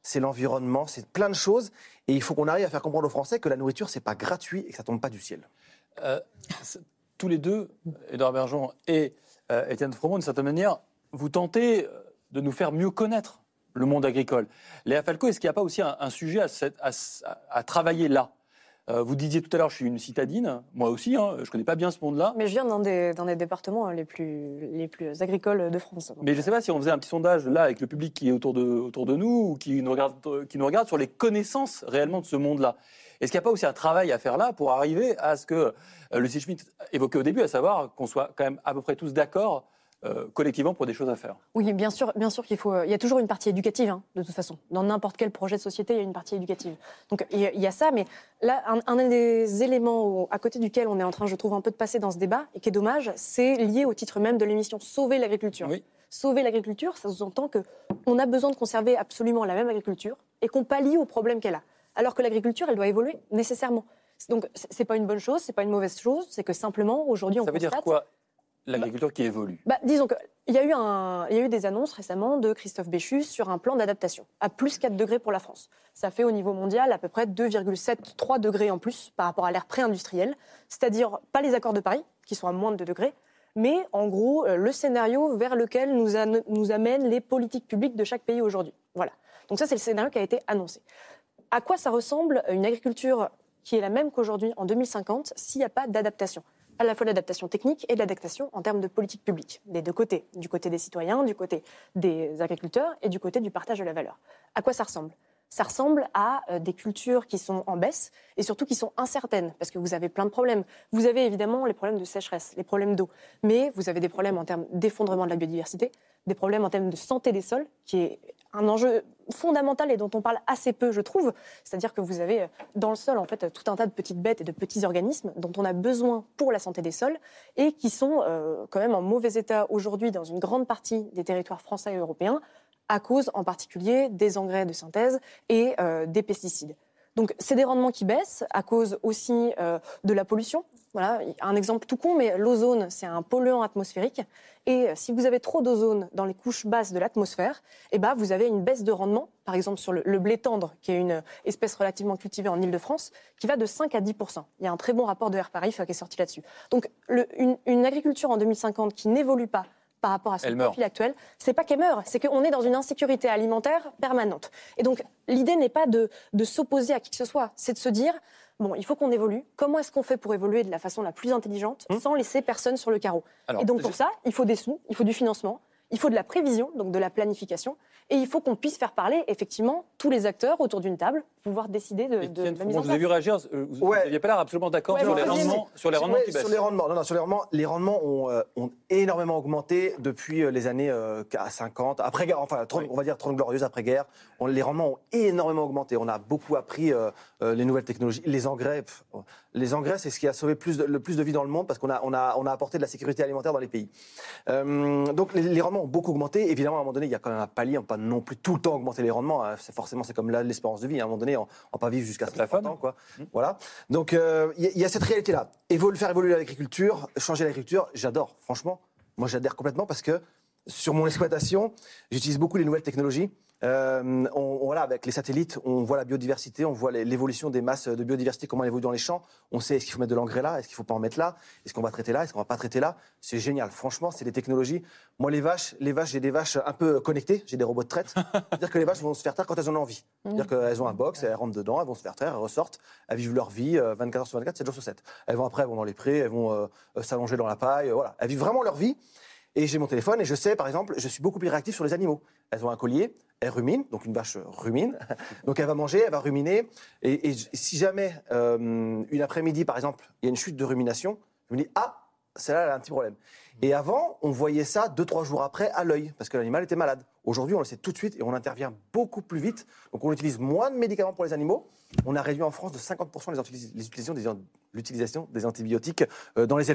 c'est l'environnement, c'est plein de choses. Et il faut qu'on arrive à faire comprendre aux Français que la nourriture, c'est pas gratuit et que ça tombe pas du ciel. Euh, tous les deux, Édouard Bergeon et euh, Étienne Fromont, d'une certaine manière, vous tentez de nous faire mieux connaître le monde agricole. Léa Falco, est-ce qu'il n'y a pas aussi un, un sujet à, cette, à, à travailler là ? Euh, vous disiez tout à l'heure, je suis une citadine, moi aussi, hein, je ne connais pas bien ce monde-là. Mais je viens d'un des, d'un des départements les plus, les plus agricoles de France. Donc. Mais je ne sais pas si on faisait un petit sondage là avec le public qui est autour de, autour de nous ou qui nous, regarde, qui nous regarde sur les connaissances réellement de ce monde-là. Est-ce qu'il n'y a pas aussi un travail à faire là pour arriver à ce que euh, Lucie Schmitt évoquait au début, à savoir qu'on soit quand même à peu près tous d'accord Euh, collectivement pour des choses à faire. Oui, bien sûr, bien sûr qu'il faut. Il y a toujours une partie éducative, hein, de toute façon. Dans n'importe quel projet de société, il y a une partie éducative. Donc il y a, il y a ça, mais là, un, un des éléments où, à côté duquel on est en train, je trouve, un peu de passer dans ce débat, et qui est dommage, c'est lié au titre même de l'émission Sauver l'agriculture. Oui. Sauver l'agriculture, ça sous-entend qu'on a besoin de conserver absolument la même agriculture et qu'on pallie aux problèmes qu'elle a. Alors que l'agriculture, elle doit évoluer nécessairement. Donc c'est pas une bonne chose, c'est pas une mauvaise chose, c'est que simplement aujourd'hui on Ça veut constate. dire quoi? L'agriculture qui évolue. Bah, disons qu'il y, a eu un, il y a eu des annonces récemment de Christophe Béchu sur un plan d'adaptation à plus quatre degrés pour la France. Ça fait au niveau mondial à peu près deux virgule soixante-treize degrés en plus par rapport à l'ère pré-industrielle, c'est-à-dire pas les accords de Paris, qui sont à moins de deux degrés, mais en gros le scénario vers lequel nous, a, nous amènent les politiques publiques de chaque pays aujourd'hui. Voilà. Donc ça, c'est le scénario qui a été annoncé. À quoi ça ressemble une agriculture qui est la même qu'aujourd'hui en deux mille cinquante s'il n'y a pas d'adaptation ? À la fois l'adaptation technique et l'adaptation en termes de politique publique, des deux côtés, du côté des citoyens, du côté des agriculteurs et du côté du partage de la valeur. À quoi ça ressemble ? Ça ressemble à euh, des cultures qui sont en baisse et surtout qui sont incertaines, parce que vous avez plein de problèmes. Vous avez évidemment les problèmes de sécheresse, les problèmes d'eau, mais vous avez des problèmes en termes d'effondrement de la biodiversité, des problèmes en termes de santé des sols, qui est un enjeu fondamental et dont on parle assez peu, je trouve. C'est-à-dire que vous avez dans le sol en fait tout un tas de petites bêtes et de petits organismes dont on a besoin pour la santé des sols et qui sont euh, quand même en mauvais état aujourd'hui dans une grande partie des territoires français et européens à cause en particulier des engrais de synthèse et euh, des pesticides. Donc c'est des rendements qui baissent à cause aussi euh, de la pollution. Voilà, un exemple tout con, mais l'ozone, c'est un polluant atmosphérique. Et si vous avez trop d'ozone dans les couches basses de l'atmosphère, eh ben, vous avez une baisse de rendement, par exemple sur le, le blé tendre, qui est une espèce relativement cultivée en Île-de-France, qui va de cinq à dix pour cent. Il y a un très bon rapport de Air Paris qui est sorti là-dessus. Donc le, une, une agriculture en deux mille cinquante qui n'évolue pas par rapport à son profil actuel, c'est pas qu'elle meurt, c'est qu'on est dans une insécurité alimentaire permanente. Et donc, l'idée n'est pas de, de s'opposer à qui que ce soit, c'est de se dire, bon, il faut qu'on évolue. Comment est-ce qu'on fait pour évoluer de la façon la plus intelligente, mmh. sans laisser personne sur le carreau ? Alors, et donc, pour ça, il faut des sous, il faut du financement, il faut de la prévision, donc de la planification, et il faut qu'on puisse faire parler, effectivement, tous les acteurs autour d'une table, pouvoir décider de, de, de la mise en place. Vous avez vu réagir, vous ouais. n'aviez pas l'air absolument d'accord ouais, sur, les rendements, sur les rendements ouais, qui baissent. Sur les rendements, non, non, sur les rendements, les rendements ont, euh, ont énormément augmenté depuis les années euh, cinquante, après-guerre, enfin, oui. on va dire trente glorieuses après-guerre. On, les rendements ont énormément augmenté. On a beaucoup appris euh, euh, les nouvelles technologies, les engrais. Pff, les engrais, c'est ce qui a sauvé plus de, le plus de vie dans le monde parce qu'on a, on a, on a apporté de la sécurité alimentaire dans les pays. Euh, donc les, les rendements ont beaucoup augmenté. Évidemment, à un moment donné, il y a quand même un palier. On ne peut pas non plus tout le temps augmenter les rendements. C'est forcément, c'est comme l'espérance de vie. À un moment donné, on ne va pas vivre jusqu'à soixante ans, quoi. Mmh. Voilà. Donc il euh, y, y a cette réalité-là. Évolu, faire évoluer l'agriculture, changer l'agriculture, j'adore. Franchement, moi j'adhère complètement parce que sur mon exploitation, j'utilise beaucoup les nouvelles technologies. Euh, on, on, voilà, avec les satellites, on voit la biodiversité, on voit les, l'évolution des masses de biodiversité, comment elle évolue dans les champs. On sait est-ce qu'il faut mettre de l'engrais là, est-ce qu'il ne faut pas en mettre là, est-ce qu'on va traiter là, est-ce qu'on ne va pas traiter là. C'est génial. Franchement, c'est des technologies. Moi, les vaches, les vaches, j'ai des vaches un peu connectées, j'ai des robots de traite. C'est-à-dire que les vaches vont se faire traire quand elles en ont envie. C'est-à-dire qu'elles ont un box, elles rentrent dedans, elles vont se faire traire, elles ressortent, elles vivent leur vie vingt-quatre heures sur vingt-quatre, sept jours sur sept. Elles vont après, elles vont dans les prés, elles vont euh, s'allonger dans la paille. Euh, voilà, elles vivent vraiment leur vie. Et j'ai mon téléphone et je sais, par exemple, je suis beaucoup plus réactif sur les animaux. Elles ont un collier, elles ruminent, donc une vache rumine. Donc elle va manger, elle va ruminer. Et, et si jamais, euh, une après-midi, par exemple, il y a une chute de rumination, je me dis, ah, celle-là, elle a un petit problème. Et avant, on voyait ça deux, trois jours après à l'œil, parce que l'animal était malade. Aujourd'hui, on le sait tout de suite et on intervient beaucoup plus vite. Donc on utilise moins de médicaments pour les animaux. On a réduit en France de cinquante pour cent les, utilis- les utilisations, des, l'utilisation des antibiotiques euh, dans les élevages.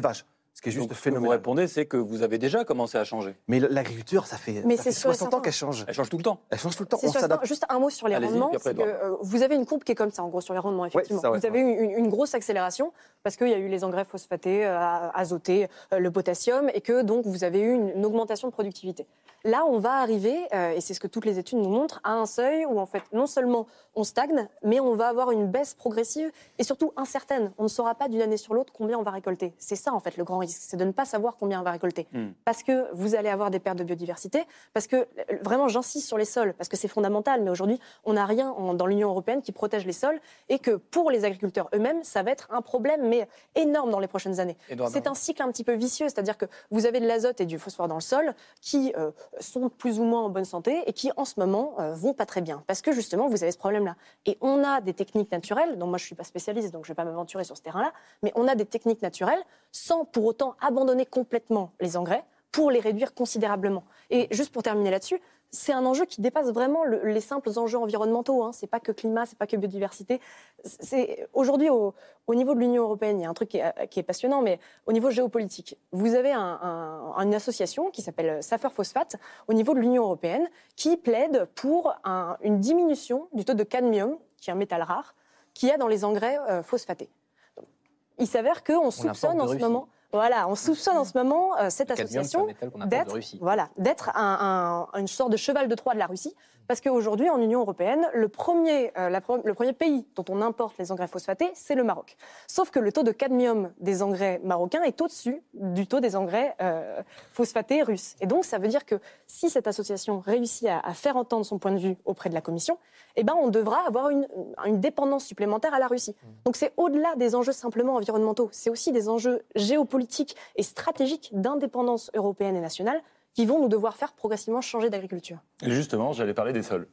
Ce qui est juste Donc, ce que vous phénoménal. répondez, c'est que vous avez déjà commencé à changer. Mais l'agriculture, ça fait, Mais ça c'est fait sûr et soixante ans certain. qu'elle change. Elle change tout le temps. Elle change tout le temps. C'est On sûr, s'adapte. juste un mot sur les Allez-y, rendements. puis après, c'est que, euh, vous avez une courbe qui est comme ça, en gros, sur les rendements, effectivement. ça, ouais, vous avez eu une, une grosse accélération parce qu'il y a eu les engrais phosphatés, euh, azotés, euh, le potassium, et que donc vous avez eu une, une augmentation de productivité. Là, on va arriver, euh, et c'est ce que toutes les études nous montrent, à un seuil où en fait, non seulement on stagne, mais on va avoir une baisse progressive et surtout incertaine. On ne saura pas d'une année sur l'autre combien on va récolter. C'est ça en fait le grand risque, c'est de ne pas savoir combien on va récolter. Mm. Parce que vous allez avoir des pertes de biodiversité, parce que vraiment j'insiste sur les sols, parce que c'est fondamental, mais aujourd'hui on n'a rien en- dans l'Union européenne qui protège les sols et que pour les agriculteurs eux-mêmes, ça va être un problème mais énorme dans les prochaines années. Édouard C'est un cycle un petit peu vicieux, c'est-à-dire que vous avez de l'azote et du phosphore dans le sol qui euh, sont plus ou moins en bonne santé et qui en ce moment euh, vont pas très bien parce que justement vous avez ce problème-là. Et on a des techniques naturelles, dont moi je suis pas spécialiste donc je vais pas m'aventurer sur ce terrain-là, mais on a des techniques naturelles sans pour autant abandonner complètement les engrais pour les réduire considérablement. Et juste pour terminer là-dessus, c'est un enjeu qui dépasse vraiment le- les simples enjeux environnementaux. Hein. C'est pas que climat, c'est pas que biodiversité. C'est aujourd'hui au, au niveau de l'Union européenne, il y a un truc qui est, qui est passionnant, mais au niveau géopolitique, vous avez un- un- une association qui s'appelle Safer Phosphate au niveau de l'Union européenne qui plaide pour un- une diminution du taux de cadmium, qui est un métal rare, qu'il y a dans les engrais euh, phosphatés. Donc, il s'avère qu'on l'importe soupçonne de en ce Russie. moment, voilà, on soupçonne en ce moment euh, cette Le cadmium, c'est un association métal qu'on importe de d'être, Russie. voilà, d'être un, un- une sorte de cheval de Troie de la Russie, parce qu'aujourd'hui, en Union européenne, le premier, euh, la pro- le premier pays dont on importe les engrais phosphatés, c'est le Maroc. Sauf que le taux de cadmium des engrais marocains est au-dessus du taux des engrais euh, phosphatés russes. Et donc, ça veut dire que si cette association réussit à, à faire entendre son point de vue auprès de la Commission, eh ben, on devra avoir une, une dépendance supplémentaire à la Russie. Donc, c'est au-delà des enjeux simplement environnementaux. C'est aussi des enjeux géopolitiques et stratégiques d'indépendance européenne et nationale qui vont nous devoir faire progressivement changer d'agriculture. Et justement, j'allais parler des sols.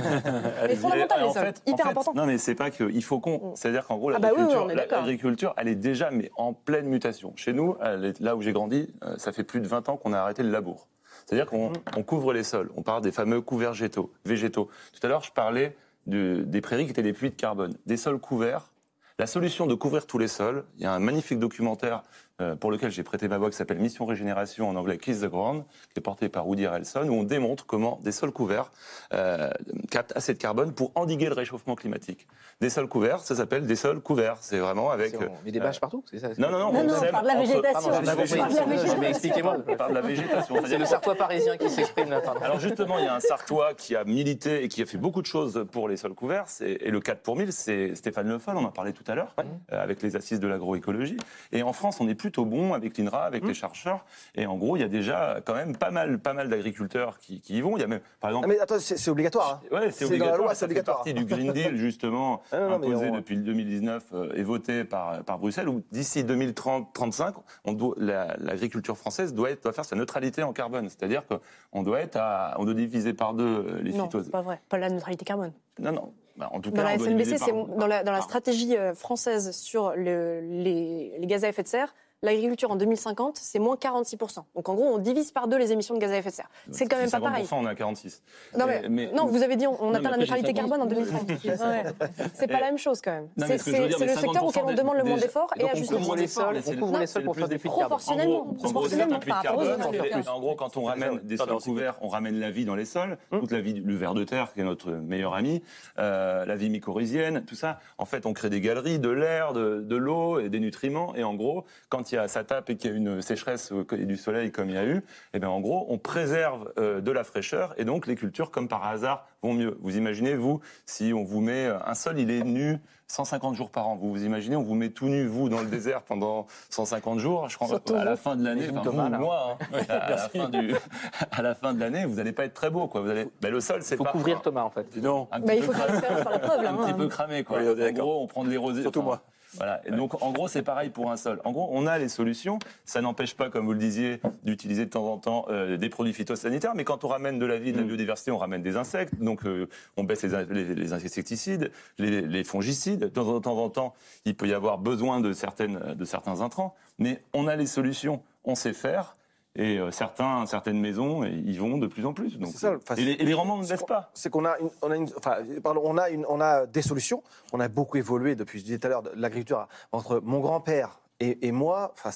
Mais fondamental, Et en les sols. fait- Hyper en fait, important. Non, mais c'est pas qu'il faut qu'on. Mm. C'est-à-dire qu'en gros, Ah bah oui, oui, l'agriculture, on est d'accord. l'agriculture, elle est déjà mais en pleine mutation. Chez nous, elle est- là où j'ai grandi, euh, ça fait plus de vingt ans qu'on a arrêté le labour. C'est-à-dire qu'on on couvre les sols. On parle des fameux couverts végétaux. végétaux. Tout à l'heure, je parlais de- des prairies qui étaient des puits de carbone. Des sols couverts. La solution de couvrir tous les sols, il y a un magnifique documentaire euh, pour lequel j'ai prêté ma voix qui s'appelle Mission Régénération en anglais Kiss the Ground, qui est porté par Woody Harrelson, où on démontre comment des sols couverts euh, captent assez de carbone pour endiguer le réchauffement climatique. Des sols couverts, ça s'appelle des sols couverts. C'est vraiment avec... C'est- On met des bâches partout, c'est ça Non, non, non, Non, on non, on sème parle de la entre- végétation. Pardon, J'ai pas je compris. parle de la végétation. Mais expliquez-moi. On parle de la végétation. C'est le Sartois parisien qui s'exprime là. pardon. Alors justement, il y a un Sartois qui a milité et qui a fait beaucoup de choses pour les sols couverts. c'est- Et le quatre pour mille, c'est Stéphane Le Foll, on en parlait tout à l'heure, euh, avec les assises de l'agroécologie. Et en France, on est plutôt bon avec l'I N R A, avec les chercheurs. Et en gros, il y a déjà quand même pas mal, pas mal d'agriculteurs qui, qui y vont. Il y a même, par exemple... Ah, mais attends, c'est c'est obligatoire. hein. Ouais, C'est c'est dans obligatoire. la loi, ça c'est fait obligatoire. partie du Green Deal, justement, Ah, non, non, mais imposé on- depuis le deux mille dix-neuf euh, et voté par, par Bruxelles, où d'ici deux mille trente trente-cinq, on doit- la- l'agriculture française doit, être, doit faire sa neutralité en carbone. C'est-à-dire qu'on doit, être à, on doit diviser par deux euh, les Non, phytos. c'est pas vrai. Pas la neutralité carbone. Non, non. Bah, en tout cas, Dans la on doit S N B C, diviser c'est par- dans la, dans la par- stratégie euh, française sur le- les, les gaz à effet de serre, l'agriculture en deux mille cinquante, c'est moins quarante-six pour cent. Donc en gros, on divise par deux les émissions de gaz à effet de serre. C'est quand même pas pareil. cinquante pour cent, on est à quarante-six. Non, mais, Euh, mais- non, vous avez dit on, on Non, atteint mais la après, j'ai neutralité cinquante. carbone en deux mille trente. Ouais. C'est pas Et- la même chose quand même. Non, mais C'est ce que je veux c'est- dire, c'est mais le secteur auquel on cinquante demande le moins déjà- d'efforts et donc à on juste couvre titre. les sols, On c'est couvre le- les c'est sols le pour plus faire des puits de efficace. carbone. Proportionnellement. En gros, Proportionnellement, c'est un puits de par rapport aux carbone. autres. Et En gros, quand on ramène des sols couverts, on ramène la vie dans les sols, toute la vie, du- le ver de terre qui est notre meilleur ami, euh, la vie mycorhizienne, tout ça. En fait, on crée des galeries, de l'air, de, de l'eau et des nutriments. Et en gros, quand il y a ça tape et qu'il y a une sécheresse euh, et du soleil comme il y a eu, et bien en gros, on préserve euh, de la fraîcheur et donc les cultures, comme par hasard, vont mieux. Vous imaginez, vous, si on vous met un sol, il est nu cent cinquante jours par an. Vous vous imaginez, on vous met tout nu, vous, dans le désert pendant cent cinquante jours. Je crois Surtout à la vous. fin de l'année, Imagine enfin, Thomas, vous, là. moi, hein, à, la fin du, à la fin de l'année, vous n'allez pas être très beau, quoi. Vous allez, ben, le sol, c'est Il faut pas couvrir Thomas en fait. Dis donc. un Bah, petit il peu faut faire cramé. l'expérience par la preuve, là. Un petit hein. peu cramé, quoi. Oui, on est en d'accord. gros, on prend de l'érosé. Surtout enfin, moi. Voilà. Et donc, en gros, c'est pareil pour un sol. En gros, on a les solutions. Ça n'empêche pas, comme vous le disiez, d'utiliser de temps en temps euh, des produits phytosanitaires. Mais quand on ramène de la vie, de la biodiversité, on ramène des insectes. Donc, euh, on baisse les, les, les insecticides, les, les fongicides. De temps, de temps en temps, il peut y avoir besoin de, certaines, de certains intrants. Mais on a les solutions. On sait faire. Et euh, certains, certaines maisons y vont de plus en plus. Donc, C'est ça, enfin, et, les, et les rendements ne c'est baissent qu'on- pas. C'est qu'on a, une, on a, une, enfin, pardon, on a, une, on a des solutions. On a beaucoup évolué depuis, je disais tout à l'heure, de l'agriculture entre mon grand-père et, et moi. Enfin, c'est,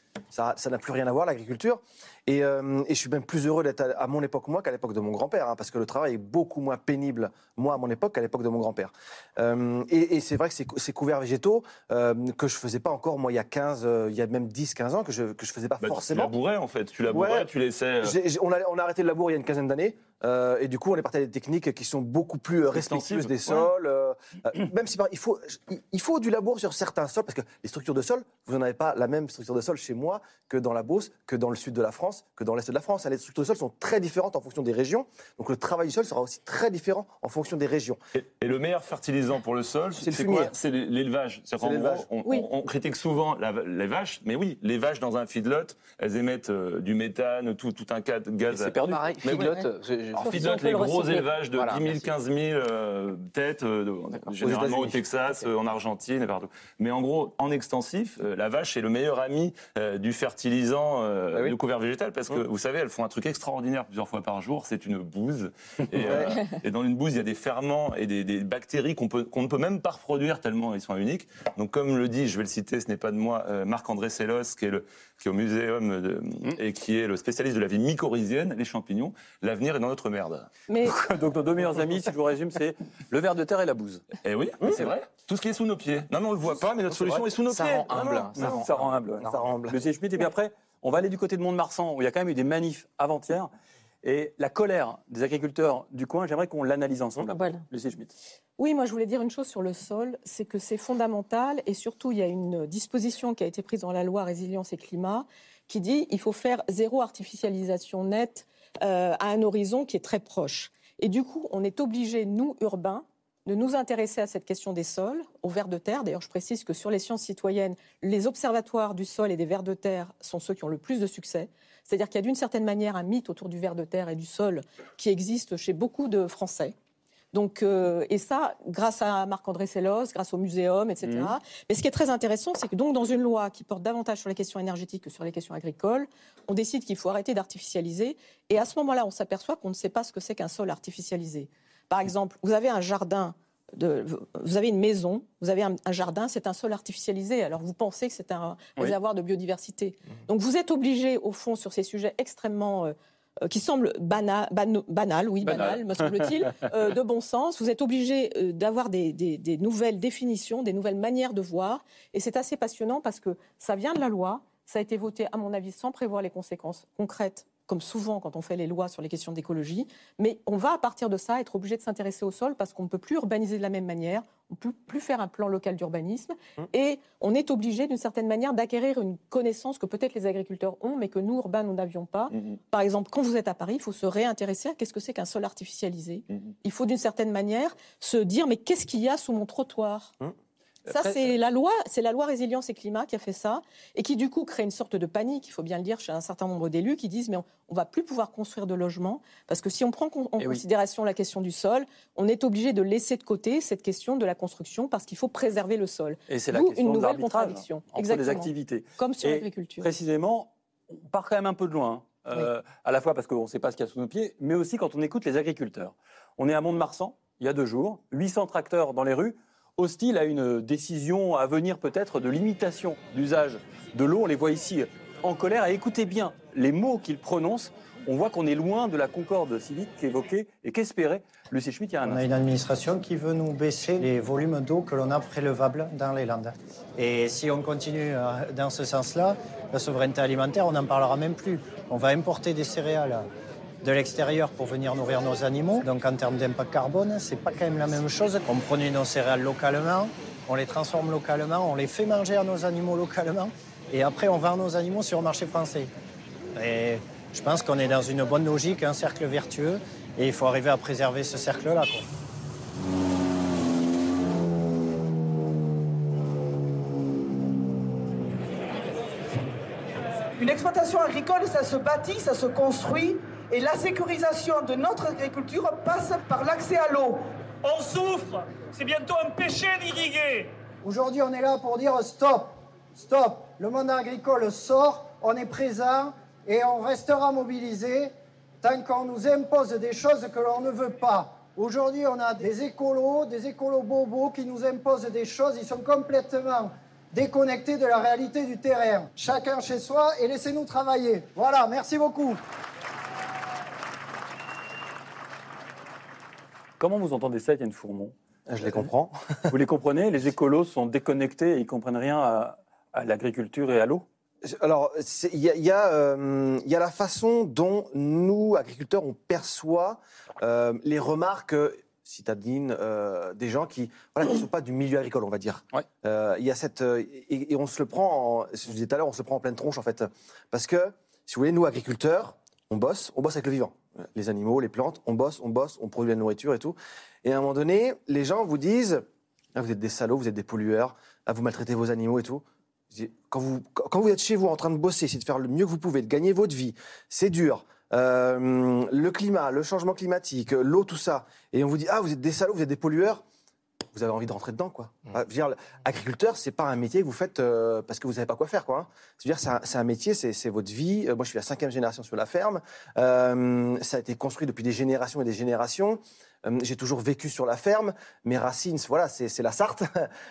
Ça ça n'a plus rien à voir, l'agriculture. Et, euh, et je suis même plus heureux d'être à, à mon époque, moi, qu'à l'époque de mon grand-père, hein, parce que le travail est beaucoup moins pénible, moi, à mon époque, qu'à l'époque de mon grand-père. Euh, et, et c'est vrai que ces, ces couverts végétaux, euh, que je ne faisais pas encore, moi, il y a quinze, euh, il y a même dix, quinze ans, que je ne que je faisais pas Bah, forcément. Tu labourais, en fait. Tu labourais, Ouais. tu laissais... euh, J'ai- j'ai- on, a, on a arrêté le labour il y a une quinzaine d'années. Euh, et du coup, on est parti à des techniques qui sont beaucoup plus euh, respectueuses des sols. Euh, euh, même si par- il faut, il faut du labour sur certains sols, parce que les structures de sol, vous n'en avez pas la même structure de sol chez moi que dans la Beauce, que dans le sud de la France, que dans l'est de la France. Les structures de sol sont très différentes en fonction des régions. Donc le travail du sol sera aussi très différent en fonction des régions. Et, et le meilleur fertilisant pour le sol, C'est le c'est fumier. quoi? C'est l'élevage. C'est-à-dire C'est qu'en l'élevage. gros, on, Oui. on- on critique souvent la- les vaches, mais oui, les vaches dans un feedlot, elles émettent euh, du méthane, tout, tout un cas de Et gaz. c'est perdu. Pareil, Mais feedlot, oui. euh, j'ai- j'ai- Alors, Sauf si feedlot, on peut les le gros recycler. élevages de Voilà, dix mille, merci. quinze mille euh, têtes, euh, de- généralement au États-Unis. Texas, euh, en Argentine et partout. Mais en gros, en extensif, euh, la vache est le meilleur ami euh, du fertilisant euh, Ah oui. de couvert végétal, parce que Mmh. vous savez, elles font un truc extraordinaire plusieurs fois par jour, c'est une bouse. Et, euh, et dans une bouse, il y a des ferments et des, des bactéries qu'on peut- qu'on ne peut même pas reproduire tellement ils sont uniques. Donc comme le dit, je vais le citer, ce n'est pas de moi, euh, Marc-André Sellos, qui est, le, qui est au muséum de- et qui est le spécialiste de la vie mycorhizienne, les champignons, l'avenir est dans notre merde. Mais Donc nos deux meilleurs amis, si je vous résume, c'est le ver de terre et la bouse. Et oui, c'est vrai. Tout ce qui est sous nos pieds. Non, mais on le voit pas, mais notre C'est solution vrai. est sous nos Ça pieds. rend Non, humble, non. hein, ça rend Ça rend humble. ouais. Ça rend humble. Monsieur Schmitt, et puis après, on va aller du côté de Mont-de-Marsan, où il y a quand même eu des manifs avant-hier. Et la colère des agriculteurs du coin, j'aimerais qu'on l'analyse ensemble. Voilà. Monsieur Schmitt. oui, moi je voulais dire une chose sur le sol, c'est que c'est fondamental et surtout il y a une disposition qui a été prise dans la loi Résilience et Climat qui dit il faut faire zéro artificialisation nette euh, à un horizon qui est très proche. Et du coup, on est obligé, nous, urbains, de nous intéresser à cette question des sols, aux vers de terre. D'ailleurs, je précise que sur les sciences citoyennes, les observatoires du sol et des vers de terre sont ceux qui ont le plus de succès. C'est-à-dire qu'il y a d'une certaine manière un mythe autour du ver de terre et du sol qui existe chez beaucoup de Français. Donc, euh, et ça, grâce à Marc-André Sellos, grâce au muséum, et cetera. Mmh. Mais ce qui est très intéressant, c'est que donc dans une loi qui porte davantage sur les questions énergétiques que sur les questions agricoles, on décide qu'il faut arrêter d'artificialiser. Et à ce moment-là, on s'aperçoit qu'on ne sait pas ce que c'est qu'un sol artificialisé. Par exemple, vous avez un jardin, de, vous avez une maison, vous avez un, un jardin, c'est un sol artificialisé. Alors vous pensez que c'est un oui. réservoir de biodiversité. Mmh. Donc vous êtes obligé, au fond, sur ces sujets extrêmement... Euh, qui semble banal, ban, banal oui, banal, banal me semble-t-il, euh, de bon sens. Vous êtes obligé euh, d'avoir des, des, des nouvelles définitions, des nouvelles manières de voir. Et c'est assez passionnant parce que ça vient de la loi, ça a été voté, à mon avis, sans prévoir les conséquences concrètes, comme souvent quand on fait les lois sur les questions d'écologie. Mais on va, à partir de ça, être obligé de s'intéresser au sol parce qu'on ne peut plus urbaniser de la même manière, on ne peut plus faire un plan local d'urbanisme. Mmh. Et on est obligé, d'une certaine manière, d'acquérir une connaissance que peut-être les agriculteurs ont, mais que nous, urbains, nous n'avions pas. Mmh. Par exemple, quand vous êtes à Paris, il faut se réintéresser à qu'est-ce que c'est qu'un sol artificialisé. Mmh. Il faut, d'une certaine manière, se dire, mais qu'est-ce qu'il y a sous mon trottoir ? mmh. Ça, c'est la loi, c'est la loi Résilience et Climat qui a fait ça et qui, du coup, crée une sorte de panique, il faut bien le dire, chez un certain nombre d'élus qui disent mais on ne va plus pouvoir construire de logements parce que si on prend en considération oui. la question du sol, on est obligé de laisser de côté cette question de la construction parce qu'il faut préserver le sol. Et c'est la question une nouvelle de contradiction. Entre Exactement. les activités. Comme sur et l'agriculture. Précisément, on part quand même un peu de loin. Euh, oui. À la fois parce qu'on ne sait pas ce qu'il y a sous nos pieds, mais aussi quand on écoute les agriculteurs. On est à Mont-de-Marsan, il y a deux jours, huit cents tracteurs dans les rues, hostile à une décision à venir peut-être de limitation d'usage de l'eau. On les voit ici en colère. Et écoutez bien les mots qu'ils prononcent. On voit qu'on est loin de la concorde civique qu'évoquait et qu'espérait Lucie Schmitt il y a un an. On instant. a une administration qui veut nous baisser les volumes d'eau que l'on a prélevables dans les Landes. Et si on continue dans ce sens-là, la souveraineté alimentaire, on n'en parlera même plus. On va importer des céréales de l'extérieur pour venir nourrir nos animaux. Donc en termes d'impact carbone, c'est pas quand même la même chose. On produit nos céréales localement, on les transforme localement, on les fait manger à nos animaux localement et après on vend nos animaux sur le marché français. Et je pense qu'on est dans une bonne logique, un cercle vertueux et il faut arriver à préserver ce cercle-là, quoi. Une exploitation agricole, ça se bâtit, ça se construit. Et la sécurisation de notre agriculture passe par l'accès à l'eau. On souffre, c'est bientôt un péché d'irriguer. Aujourd'hui, on est là pour dire stop, stop. Le monde agricole sort, on est présent et on restera mobilisé tant qu'on nous impose des choses que l'on ne veut pas. Aujourd'hui, on a des écolos, des écolos bobos qui nous imposent des choses, ils sont complètement déconnectés de la réalité du terrain. Chacun chez soi et laissez-nous travailler. Voilà, merci beaucoup. Comment vous entendez ça, Étienne Fourmont? Je les comprends. Vous les comprenez? Les écolos sont déconnectés et ils ne comprennent rien à, à l'agriculture et à l'eau? Alors, il y, y, euh, y a la façon dont nous, agriculteurs, on perçoit euh, les remarques citadines euh, des gens qui voilà, ne sont pas du milieu agricole, on va dire. Il ouais. euh, y a cette... Euh, et, et on se le prend, en, je disais tout à l'heure, on se le prend en pleine tronche, en fait. Parce que, si vous voulez, nous, agriculteurs, on bosse, on bosse avec le vivant. Les animaux, les plantes, on bosse, on bosse, on produit la nourriture et tout. Et à un moment donné, les gens vous disent ah, « vous êtes des salauds, vous êtes des pollueurs, ah, vous maltraitez vos animaux et tout ». Quand vous, quand vous êtes chez vous en train de bosser, c'est de faire le mieux que vous pouvez, de gagner votre vie, c'est dur. Euh, le climat, le changement climatique, l'eau, tout ça. Et on vous dit « ah, vous êtes des salauds, vous êtes des pollueurs ». Vous avez envie de rentrer dedans, quoi. Mmh. Je veux dire, agriculteur, c'est pas un métier que vous faites euh, parce que vous savez pas quoi faire, quoi. Hein. Je veux dire, c'est un, c'est un métier, c'est, c'est votre vie. Euh, moi, je suis la cinquième génération sur la ferme. Euh, ça a été construit depuis des générations et des générations. Euh, j'ai toujours vécu sur la ferme. Mes racines, voilà, c'est, c'est la Sarthe.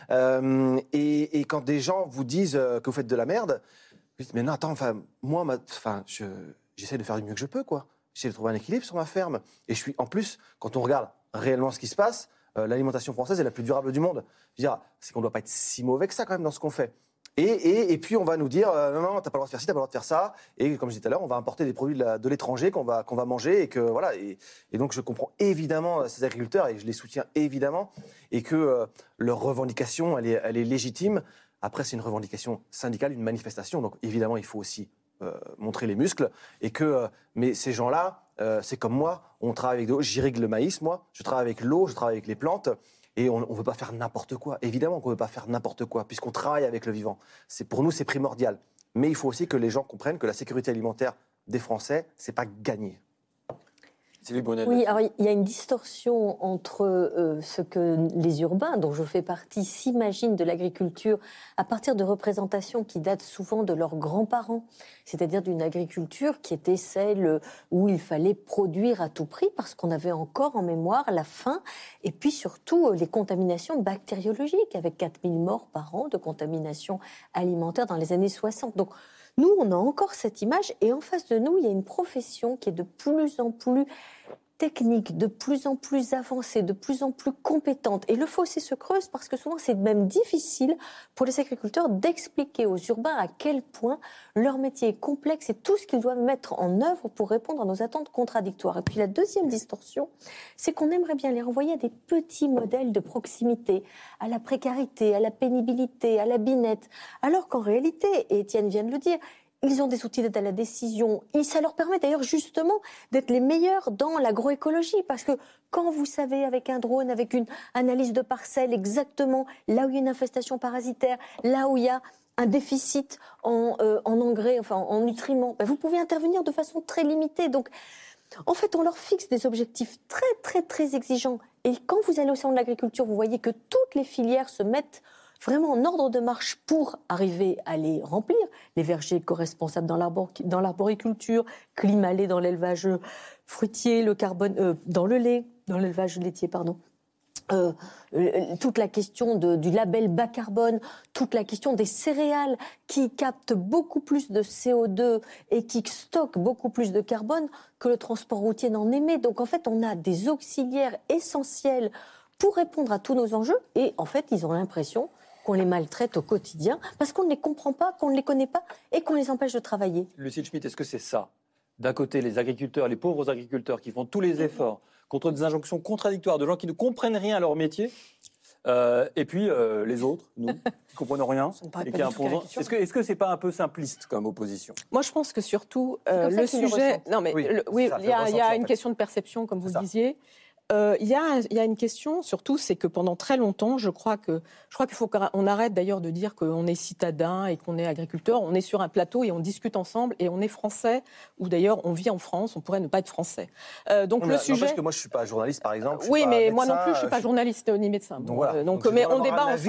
euh, et, et quand des gens vous disent euh, que vous faites de la merde, vous dites, mais non, attends, enfin, moi, ma, enfin, je, j'essaie de faire du mieux que je peux, quoi. J'essaie de trouver un équilibre sur ma ferme. Et je suis, en plus, quand on regarde réellement ce qui se passe, Euh, l'alimentation française est la plus durable du monde. Je veux dire, c'est qu'on ne doit pas être si mauvais que ça quand même dans ce qu'on fait. Et, et, et puis on va nous dire, euh, non, non, t'as pas le droit de faire ci, t'as pas le droit de faire ça. Et comme je disais tout à l'heure, on va importer des produits de, la, de l'étranger qu'on va, qu'on va manger. Et, que, voilà, et, et donc je comprends évidemment ces agriculteurs et je les soutiens évidemment. Et que euh, leur revendication, elle est, elle est légitime. Après, c'est une revendication syndicale, une manifestation. Donc évidemment, il faut aussi euh, montrer les muscles. Et que, euh, mais ces gens-là, Euh, c'est comme moi, on travaille avec de l'eau, j'irrigue le maïs, moi, je travaille avec l'eau, je travaille avec les plantes, et on ne veut pas faire n'importe quoi. Évidemment qu'on ne veut pas faire n'importe quoi, puisqu'on travaille avec le vivant. C'est, pour nous, c'est primordial. Mais il faut aussi que les gens comprennent que la sécurité alimentaire des Français, ce n'est pas gagné. Oui, alors il y a une distorsion entre euh, ce que les urbains, dont je fais partie, s'imaginent de l'agriculture à partir de représentations qui datent souvent de leurs grands-parents, c'est-à-dire d'une agriculture qui était celle où il fallait produire à tout prix parce qu'on avait encore en mémoire la faim et puis surtout les contaminations bactériologiques avec quatre mille morts par an de contamination alimentaire dans les années soixante. Donc, nous, on a encore cette image et en face de nous, il y a une profession qui est de plus en plus technique, de plus en plus avancée, de plus en plus compétente. Et le fossé se creuse parce que souvent, c'est même difficile pour les agriculteurs d'expliquer aux urbains à quel point leur métier est complexe et tout ce qu'ils doivent mettre en œuvre pour répondre à nos attentes contradictoires. Et puis la deuxième distorsion, c'est qu'on aimerait bien les renvoyer à des petits modèles de proximité, à la précarité, à la pénibilité, à la binette, alors qu'en réalité, et Étienne vient de le dire, ils ont des outils d'aide à la décision. Et ça leur permet d'ailleurs justement d'être les meilleurs dans l'agroécologie. Parce que quand vous savez avec un drone, avec une analyse de parcelle, exactement là où il y a une infestation parasitaire, là où il y a un déficit en, euh, en engrais, enfin en nutriments, ben vous pouvez intervenir de façon très limitée. Donc, en fait, on leur fixe des objectifs très, très, très exigeants. Et quand vous allez au salon de l'agriculture, vous voyez que toutes les filières se mettent vraiment en ordre de marche pour arriver à les remplir. Les vergers éco-responsables dans, l'arbor- dans l'arboriculture, Climalait dans l'élevage fruitier, le carbone euh, dans le lait, dans l'élevage laitier, pardon. Euh, toute la question de, du label bas carbone, toute la question des céréales qui captent beaucoup plus de C O deux et qui stockent beaucoup plus de carbone que le transport routier n'en émet. Donc en fait, on a des auxiliaires essentiels pour répondre à tous nos enjeux et en fait, ils ont l'impression qu'on les maltraite au quotidien parce qu'on ne les comprend pas, qu'on ne les connaît pas et qu'on les empêche de travailler. Lucille Schmitt, est-ce que c'est ça? D'un côté, les agriculteurs, les pauvres agriculteurs qui font tous les efforts contre des injonctions contradictoires de gens qui ne comprennent rien à leur métier, euh, et puis euh, les autres, nous, qui ne comprenons rien. Et qui imposons... Est-ce que est-ce que c'est pas un peu simpliste comme opposition? Moi, je pense que surtout euh, le sujet. Le non, mais oui, le, oui il y a, y a une question de perception, comme vous le disiez. Il euh, y, y a une question, surtout, c'est que pendant très longtemps, je crois que je crois qu'il faut qu'on arrête d'ailleurs de dire qu'on est citadin et qu'on est agriculteur. On est sur un plateau et on discute ensemble et on est français, ou d'ailleurs on vit en France, on pourrait ne pas être français. Euh, donc oui, le sujet. Parce que moi je suis pas journaliste, par exemple. Oui, mais médecin, moi non plus, je suis pas je... journaliste ni médecin. Donc voilà. Euh, donc, donc, mais on débat ensemble.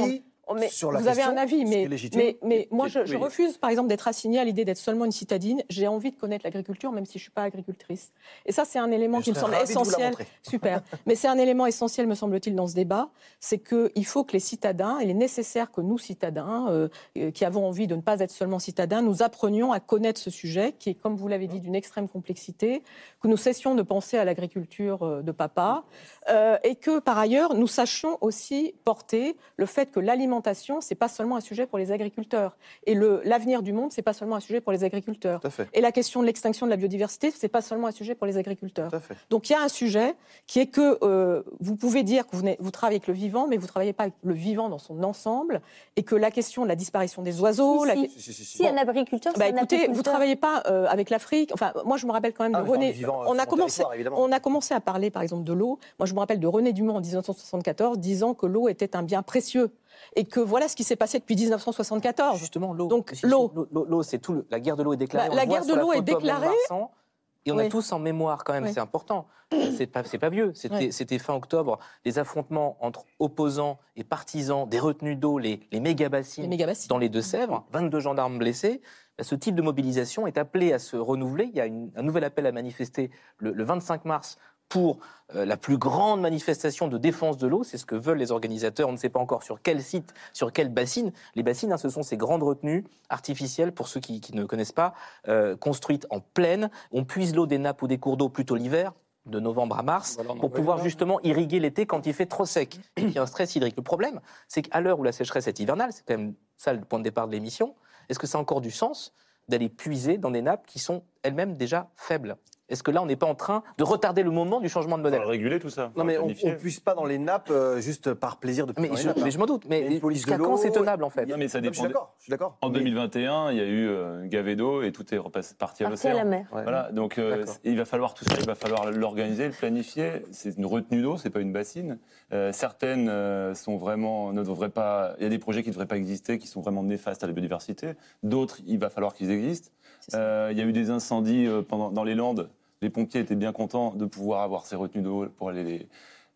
Oh, mais sur la vous question, avez un avis, ce qui mais, est légitime. mais, mais moi, je, je Oui. refuse, par exemple, d'être assignée à l'idée d'être seulement une citadine. J'ai envie de connaître l'agriculture, même si je ne suis pas agricultrice. Et ça, c'est un élément Je qui me serais semble ravi de vous la essentiel. montrer. Super. Mais c'est un élément essentiel, me semble-t-il, dans ce débat. C'est qu'il faut que les citadins, il est nécessaire que nous, citadins, euh, euh, qui avons envie de ne pas être seulement citadins, nous apprenions à connaître ce sujet, qui est, comme vous l'avez dit, d'une extrême complexité, que nous cessions de penser à l'agriculture euh, de papa, euh, et que, par ailleurs, nous sachions aussi porter le fait que l'alimentation, c'est pas seulement un sujet pour les agriculteurs. Et le, l'avenir du monde, c'est pas seulement un sujet pour les agriculteurs. Tout à fait. Et la question de l'extinction de la biodiversité, c'est pas seulement un sujet pour les agriculteurs. Tout à fait. Donc il y a un sujet qui est que euh, vous pouvez dire que vous, vous travaillez avec le vivant, mais vous ne travaillez pas avec le vivant dans son ensemble, et que la question de la disparition des oiseaux... Si, la... si. Si, si, si, si. Si un agriculteur, Bah c'est un écoutez, vous apiculteur. travaillez pas euh, avec l'Afrique. Enfin, moi, je me rappelle quand même Ah, de mais enfin, René. le vivant, on sur a mon commencé, territoire, évidemment. on a commencé à parler, par exemple, de l'eau. Moi, je me rappelle de René Dumont en dix-neuf cent soixante-quatorze, disant que l'eau était un bien précieux, et que voilà ce qui s'est passé depuis dix-neuf cent soixante-quatorze. Justement, l'eau. Donc, Si, l'eau. l'eau, l'eau, l'eau, c'est tout. Le, la guerre de l'eau est déclarée. Bah, on la le voit guerre de sur l'eau est photo Abdel déclarée. Marsan, et on Oui. a tous en mémoire quand même, Oui. c'est important. C'est pas, c'est pas vieux. C'était, Oui. c'était fin octobre, les affrontements entre opposants et partisans des retenues d'eau, les, les méga-bassines, Les méga-bassines. dans les Deux-Sèvres, vingt-deux gendarmes blessés. Ce type de mobilisation est appelé à se renouveler. Il y a une- un nouvel appel à manifester le, le vingt-cinq mars pour euh, la plus grande manifestation de défense de l'eau. C'est ce que veulent les organisateurs. On ne sait pas encore sur quel site, sur quelle bassine. Les bassines, hein, ce sont ces grandes retenues artificielles, pour ceux qui, qui ne connaissent pas, euh, construites en plaine. On puise l'eau des nappes ou des cours d'eau plutôt l'hiver, de novembre à mars, Voilà, on en pour voit pouvoir une, justement irriguer l'été quand il fait trop sec. Il y a un stress hydrique. Le problème, c'est qu'à l'heure où la sécheresse est hivernale, c'est quand même ça le point de départ de l'émission, est-ce que ça a encore du sens d'aller puiser dans des nappes qui sont elles-mêmes déjà faibles? Est-ce que là, on n'est pas en train de retarder le moment du changement de Il faut modèle? le réguler tout ça. Non, mais on planifier. ne puise pas dans les nappes euh, juste par plaisir de puiser Mais dans les je, nappes, mais hein. je m'en doute. Il y a Mais une police jusqu'à de quand l'eau, c'est tenable, en fait? Non, mais ça Non, je suis dépend. d'accord. Je suis d'accord. En Mais- deux mille vingt et un, il y a eu euh, une gavé d'eau et tout est repassé, parti à Parti à la l'océan. mer. Ouais. Voilà, donc euh, D'accord. il va falloir tout ça, il va falloir l'organiser, le planifier. C'est une retenue d'eau, c'est pas une bassine. Euh, certaines euh, sont vraiment ne devraient pas. Il y a des projets qui ne devraient pas exister, qui sont vraiment néfastes à la biodiversité. D'autres, il va falloir qu'ils existent. Euh, il y a eu des incendies euh, pendant, dans les Landes. Les pompiers étaient bien contents de pouvoir avoir ces retenues d'eau pour aller les.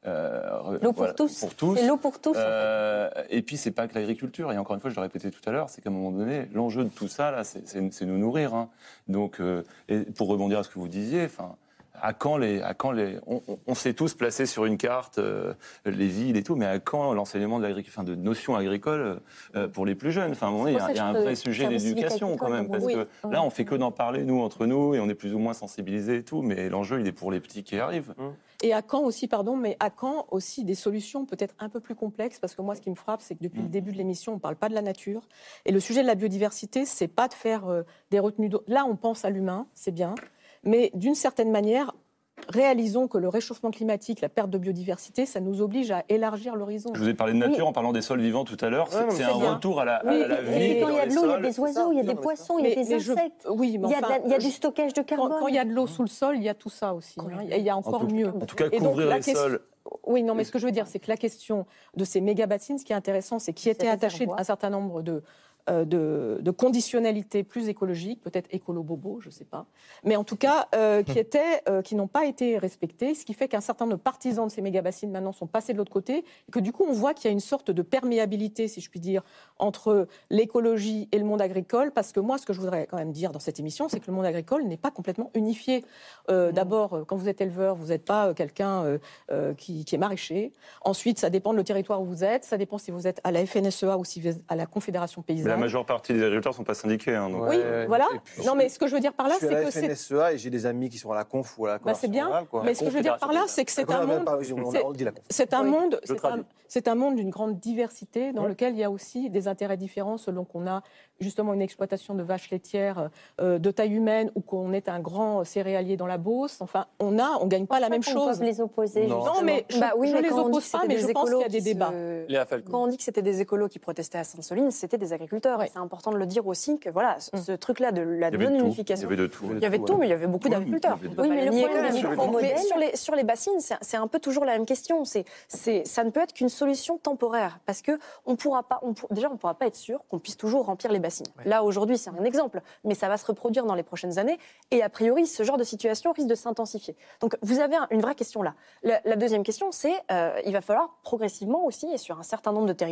Euh, L'eau pour voilà, tous. Pour tous. C'est l'eau pour tous. en fait. Euh, et puis, c'est pas que l'agriculture. Et encore une fois, je l'ai répété tout à l'heure, c'est qu'à un moment donné, l'enjeu de tout ça, là, c'est, c'est, c'est nous nourrir. Hein. Donc, euh, et pour rebondir à ce que vous disiez, enfin. À quand les, à quand les, on, on, on s'est tous placés sur une carte euh, les villes et tout, mais à quand l'enseignement de l'agriculture, enfin de notions agricoles euh, pour les plus jeunes. Enfin, à un moment donné, il y a, il y a un vrai sujet d'éducation quand même, parce Oui. que là, on fait que d'en parler nous entre nous et on est plus ou moins sensibilisés et tout, mais l'enjeu il est pour les petits qui arrivent. Et à quand aussi, pardon, mais à quand aussi des solutions peut-être un peu plus complexes? Parce que moi, ce qui me frappe, c'est que depuis le début de l'émission, on ne parle pas de la nature. Et le sujet de la biodiversité, c'est pas de faire euh, des retenues d'eau. Là, on pense à l'humain, c'est bien. Mais d'une certaine manière, réalisons que le réchauffement climatique, la perte de biodiversité, ça nous oblige à élargir l'horizon. Je vous ai parlé de nature Oui. en parlant des sols vivants tout à l'heure. Ouais, non, c'est mais c'est c'est un bien. retour à la, à Oui, la et- vie et Quand il y dans a les de l'eau, il y a sols. des oiseaux, il y a des poissons, il y a Mais- des mais je- insectes. Oui, mais Il y a, de enfin, la- il y a du je- stockage de quand, carbone. quand il y a de l'eau sous le sol, il y a tout ça aussi. hein. Il y a- il y a encore tout- mieux. En tout cas, Et donc, couvrir la les question- sols. Oui, non, mais ce que je veux dire, c'est que la question de ces méga-bassines, ce qui est intéressant, c'est qu'ils étaient attachés réservoirs. à un certain nombre de, euh, de, de conditionnalités plus écologiques, peut-être écolo-bobo, je ne sais pas, mais en tout cas, euh, qui, étaient, euh, qui n'ont pas été respectées, ce qui fait qu'un certain nombre de partisans de ces méga-bassines maintenant sont passés de l'autre côté, et que du coup, on voit qu'il y a une sorte de perméabilité, si je puis dire, entre l'écologie et le monde agricole, parce que moi, ce que je voudrais quand même dire dans cette émission, c'est que le monde agricole n'est pas complètement unifié. Euh, D'abord, euh, quand vous êtes éleveur, vous n'êtes pas euh, quelqu'un euh, euh, qui, qui est maraîcher. Ensuite, ça dépend de territoire où vous êtes, ça dépend si vous êtes à la F N S E A ou si vous êtes à la Confédération Mais paysanne. la majeure partie des agriculteurs ne sont pas syndiqués. Hein, donc. Oui, Ouais, voilà. et puis, Non, mais ce que je veux dire par là, je suis c'est à la que c'est. F N S E A et j'ai des amis qui sont à la conf ou à la Bah, c'est bien, Rurale, quoi. mais ce que je veux dire par là, c'est que c'est Ah, un bah, monde. bah, on- c'est- on le dit la conf. C'est un Oui. monde, Je c'est un, traduis. c'est un monde d'une grande diversité dans lequel il y a aussi des intérêts différents selon qu'on a justement une exploitation de vaches laitières euh, de taille humaine ou qu'on est un grand céréalier dans la Beauce. Enfin, on a, on gagne pas la même On chose. peut les opposer. Non. justement. Non, mais je, Bah oui, je mais les quand on dit oppose que pas, c'était mais des je pense qu'il y a écolos des qui débats. se- Léa Falco. Quand on dit que c'était des écolos qui protestaient à Sainte-Soline, c'était des agriculteurs. Ouais. Et c'est important de le dire aussi que voilà, ce, Mm. ce truc-là de la Il y avait de tout. Il y non-unification. avait de tout. Il y avait tout, mais il y avait beaucoup Oui, d'agriculteurs. il y avait On peut Oui, pas mais le le nier problème quand du même. micro-modèle- Mais sur les, sur les bassines, c'est c'est un peu toujours la même question. C'est, c'est, ça ne peut être qu'une solution temporaire. Parce que on pourra pas, on pour- déjà, on ne pourra pas être sûr qu'on puisse toujours remplir les bassines. Là, aujourd'hui, c'est un exemple. Mais ça va se reproduire dans les prochaines années. Et a priori, ce genre de situation risque de s'intensifier. Donc, vous avez un- une vraie question là. La, la deuxième question, c'est euh, il va falloir progressivement aussi, et sur un certain nombre de territoires,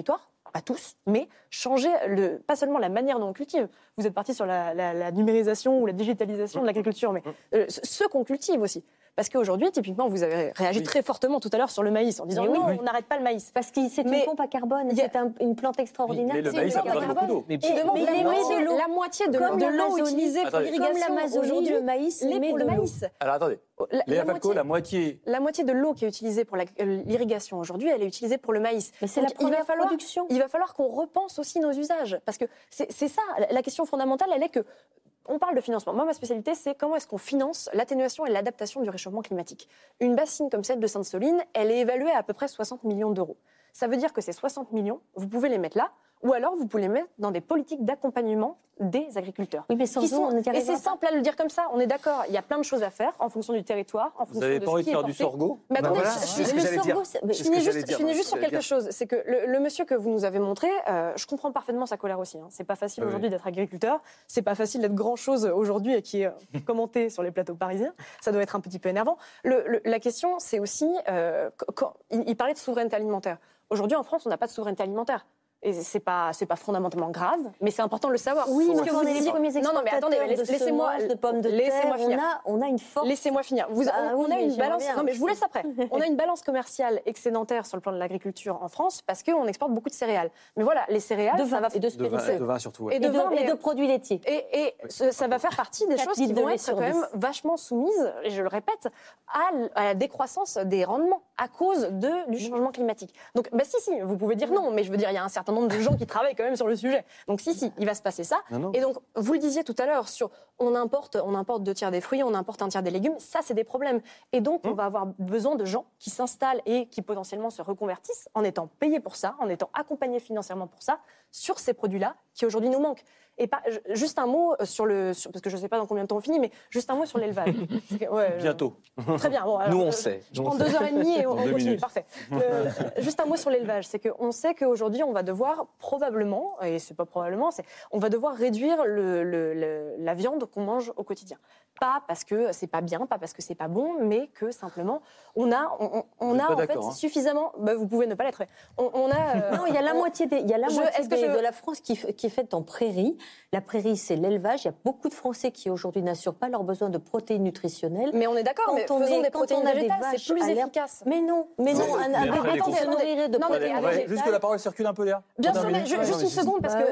pas tous, mais changer le, pas seulement la manière dont on cultive. Vous êtes parti sur la, la, la numérisation ou la digitalisation de l'agriculture, mais euh, ce qu'on cultive aussi. Parce qu'aujourd'hui, typiquement, vous avez réagi oui. très fortement tout à l'heure sur le maïs en disant oui, non, oui. on n'arrête pas le maïs. Parce que c'est une pompe à carbone, a... c'est un, une plante extraordinaire. Mais, mais le maïs, ça demande beaucoup d'eau. Mais qui demande la, la, moitié, de la moitié de, de l'eau utilisée pour l'irrigation. Comme l'Amazonie, le maïs, l'est pour le maïs. Alors attendez, la, Léa Falco, la moitié... La moitié de l'eau qui est utilisée pour l'irrigation aujourd'hui, elle est utilisée pour le maïs. Mais c'est la première falloir, production. Il va falloir qu'on repense aussi nos usages. Parce que c'est ça, la question fondamentale, elle est que on parle de financement. Moi, ma spécialité, c'est comment est-ce qu'on finance l'atténuation et l'adaptation du réchauffement climatique. Une bassine comme celle de Sainte-Soline, elle est évaluée à à peu près soixante millions d'euros. Ça veut dire que ces soixante millions, vous pouvez les mettre là, ou alors vous pouvez les mettre dans des politiques d'accompagnement des agriculteurs. Oui, mais sans sont, on Et c'est simple à le dire comme ça, on est d'accord, il y a plein de choses à faire en fonction du territoire, en vous fonction n'avez de pas ce envie qui de faire est du porté. sorgho? Mais attendez, ben voilà, je, je, le je sorgho, dire. je finis juste, dire, je finis juste sur quelque dire. chose, c'est que le, le monsieur que vous nous avez montré, euh, je comprends parfaitement sa colère aussi. Hein. C'est pas facile oui. aujourd'hui d'être agriculteur, c'est pas facile d'être grand-chose aujourd'hui et qui est commenté sur les plateaux parisiens. Ça doit être un petit peu énervant. Le, le, la question, c'est aussi, euh, quand, il, il parlait de souveraineté alimentaire. Aujourd'hui, en France, on n'a pas de souveraineté alimentaire. Et c'est pas, c'est pas fondamentalement grave, mais c'est important de le savoir. Oui, parce mais que on vous est les premiers exportateurs non, non, mais attendez, mais laisse, de laissez-moi, semences, de pommes de laissez-moi terre. finir. On a, on a une force. Laissez-moi finir. Vous, bah, on, oui, on a une balance. Bien. Non, mais je vous laisse après. On a une balance commerciale excédentaire sur le plan de l'agriculture en France parce qu'on exporte beaucoup de céréales. Mais voilà, les céréales, de vin, ça va et de de vin, de vin surtout. Ouais. Et, de, et, de, vin, et de produits laitiers. Et, et ce, ça va faire partie des choses qui vont être quand même vachement soumises, et je le répète, à, à la décroissance des rendements à cause de, du changement climatique. Donc, bah, si, si, vous pouvez dire non, mais je veux dire, il y a un certain nombre de gens qui travaillent quand même sur le sujet. Donc si, si, il va se passer ça. Non, non. Et donc, vous le disiez tout à l'heure, sur on importe, on importe deux tiers des fruits, on importe un tiers des légumes, ça, c'est des problèmes. Et donc, on va avoir besoin de gens qui s'installent et qui potentiellement se reconvertissent en étant payés pour ça, en étant accompagnés financièrement pour ça, sur ces produits-là qui aujourd'hui nous manquent. Et pas, juste un mot sur le... Sur, parce que je ne sais pas dans combien de temps on finit, mais juste un mot sur l'élevage. Ouais, Bientôt. Je, très bien. Bon, alors, Nous, on je, sait. Je prends deux heures et demie et on, on continue. minutes. Parfait. Le, juste un mot sur l'élevage. C'est qu'on sait qu'aujourd'hui, on va devoir probablement, et c'est pas probablement, c'est on va devoir réduire le, le, le, la viande qu'on mange au quotidien. Pas parce que c'est pas bien, pas parce que c'est pas bon, mais que simplement, on a, on, on a en fait hein. suffisamment... Bah, vous pouvez ne pas l'être. On, on a... Euh, non, il y a la on, moitié, des, il y a la je, moitié des, je... de la France qui, qui est faite en prairie. La prairie, c'est l'élevage. Il y a beaucoup de Français qui aujourd'hui n'assurent pas leurs besoins de protéines nutritionnelles. Mais on est d'accord, mais faisons est, des protéines végétales, c'est plus efficace. Mais non, mais non, un, un bébé qui se nourrirait de protéines végétales. Juste que la parole circule un peu, Léa. Bien sûr, mais juste une seconde, parce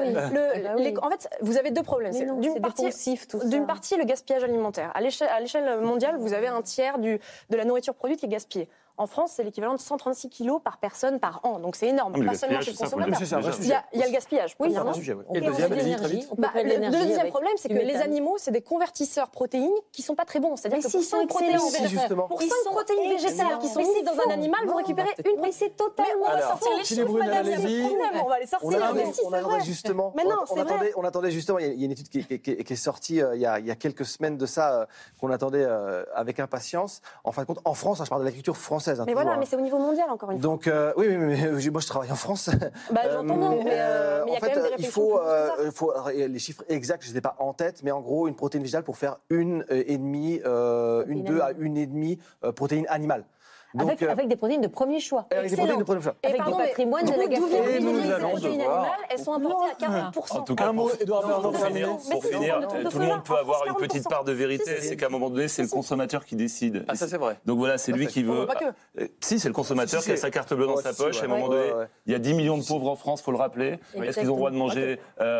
que en fait, vous avez deux problèmes. D'une partie, le gaspillage alimentaire. À l'échelle mondiale, vous avez un tiers de la nourriture produite qui est gaspillée. En France, c'est l'équivalent de cent trente-six kilos par personne par an. Donc c'est énorme, oui, pas seulement chez le consommateur. Il y, a, il y a le gaspillage. Oui, c'est un sujet. Ouais. Et le deuxième, bah, le, le deuxième problème, c'est que les animaux, c'est des convertisseurs protéines qui ne sont pas très bons. C'est-à-dire que pour cinq protéines végétales, pour cinq protéines végétales qui sont mises dans un animal, vous récupérez une. Mais c'est totalement. On va sortir les chiffres, madame. On va les sortir. Mais si, c'est vrai. Justement, on attendait justement. Il y a une étude qui est sortie il y a quelques semaines de ça qu'on attendait avec impatience. En fin de compte, en France, je parle de l'agriculture française. Mais voilà, mais c'est au niveau mondial, encore une fois. Donc, euh, oui, oui, mais moi, je travaille en France. Bah, j'entends bien, mais euh, il y a en quand fait, même des il réflexions. faut, euh, faut, les chiffres exacts, je ne les ai pas en tête, mais en gros, une protéine végétale pour faire une et demie, euh, une, deux à une et demie euh, protéines animales. Donc, avec, euh, avec des protéines de premier choix. Avec des protéines de premier choix. Et avec pardon, du patrimoine de la gastronomie. Nous allons Les protéines animales, elles sont importées à quarante pour cent. En tout cas, un mot, Édouard pour finir, pour finir tout le monde peut avoir une petite part de vérité. C'est qu'à un moment donné, c'est le consommateur qui décide. Ah, ça, c'est vrai. Donc voilà, c'est lui qui veut. Si, c'est le consommateur qui a sa carte bleue dans sa poche. À un moment donné, il y a dix millions de pauvres en France, il faut le rappeler. Est-ce qu'ils ont le droit de manger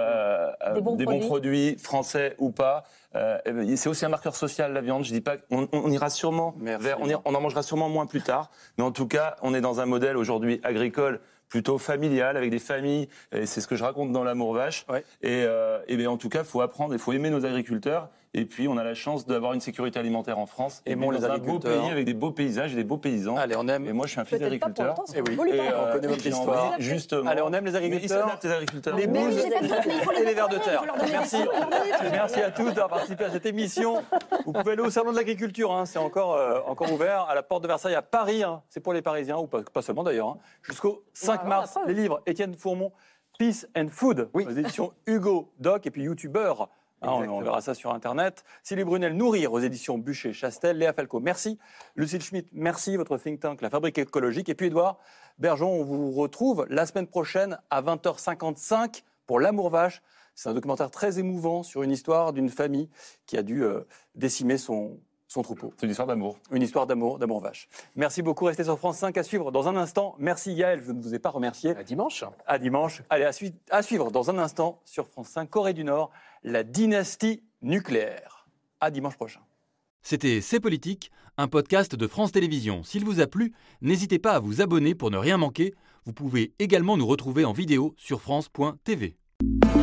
des bons produits français ou pas? Euh, c'est aussi un marqueur social, la viande. Je dis pas qu'on on ira sûrement Merci. vers, on, ira, on en mangera sûrement moins plus tard, mais en tout cas, on est dans un modèle aujourd'hui agricole plutôt familial, avec des familles, et c'est ce que je raconte dans l'Amour Vache. Ouais. Et, euh, et bien, en tout cas, il faut apprendre, il faut aimer nos agriculteurs. Et puis, on a la chance d'avoir une sécurité alimentaire en France. Et Aimons dans les un beau agriculteurs. pays avec des beaux paysages et des beaux paysans. Allez, on aime. Et moi, je suis un fils Peut-être pas pour d'agriculteur. longtemps, Et oui. Vous les Et, parlez. on connaît votre j'ai histoire. envie, justement. Allez, on aime les Mais ils agriculteurs. s'adaptent, les agriculteurs. Les Mais oui, bouses j'ai pas de doute, mais il faut les et les vers de accompagner, terre. il faut leur donner Merci. des sous, il faut leur donner des sous. Merci à tous d'avoir participé à cette émission. Vous pouvez aller au Salon de l'Agriculture, hein. C'est encore, euh, encore ouvert à la Porte de Versailles à Paris. Hein. C'est pour les Parisiens, ou pas, pas seulement d'ailleurs. Hein. Jusqu'au cinq mars, les livres Étienne Fourmont, Peace and Food, oui. aux éditions Hugo Doc, et puis youtubeur Ah, on, on verra ça sur Internet. Sylvie Brunel, Nourrir aux éditions Bûcher-Chastel. Léa Falco, merci. Lucille Schmitt, merci. Votre think tank, La Fabrique écologique. Et puis Édouard Bergeon, on vous retrouve la semaine prochaine à vingt heures cinquante-cinq pour L'Amour Vache. C'est un documentaire très émouvant sur une histoire d'une famille qui a dû euh, décimer son, son troupeau. C'est une histoire d'amour. Une histoire d'amour, d'amour vache. Merci beaucoup. Restez sur France cinq à suivre dans un instant. Merci Yael, je ne vous ai pas remercié. À dimanche. À dimanche. Allez, à, su- à suivre dans un instant sur France cinq, Corée du Nord, la dynastie nucléaire. À dimanche prochain. C'était C'est politique, un podcast de France Télévisions. S'il vous a plu, n'hésitez pas à vous abonner pour ne rien manquer. Vous pouvez également nous retrouver en vidéo sur France point T V.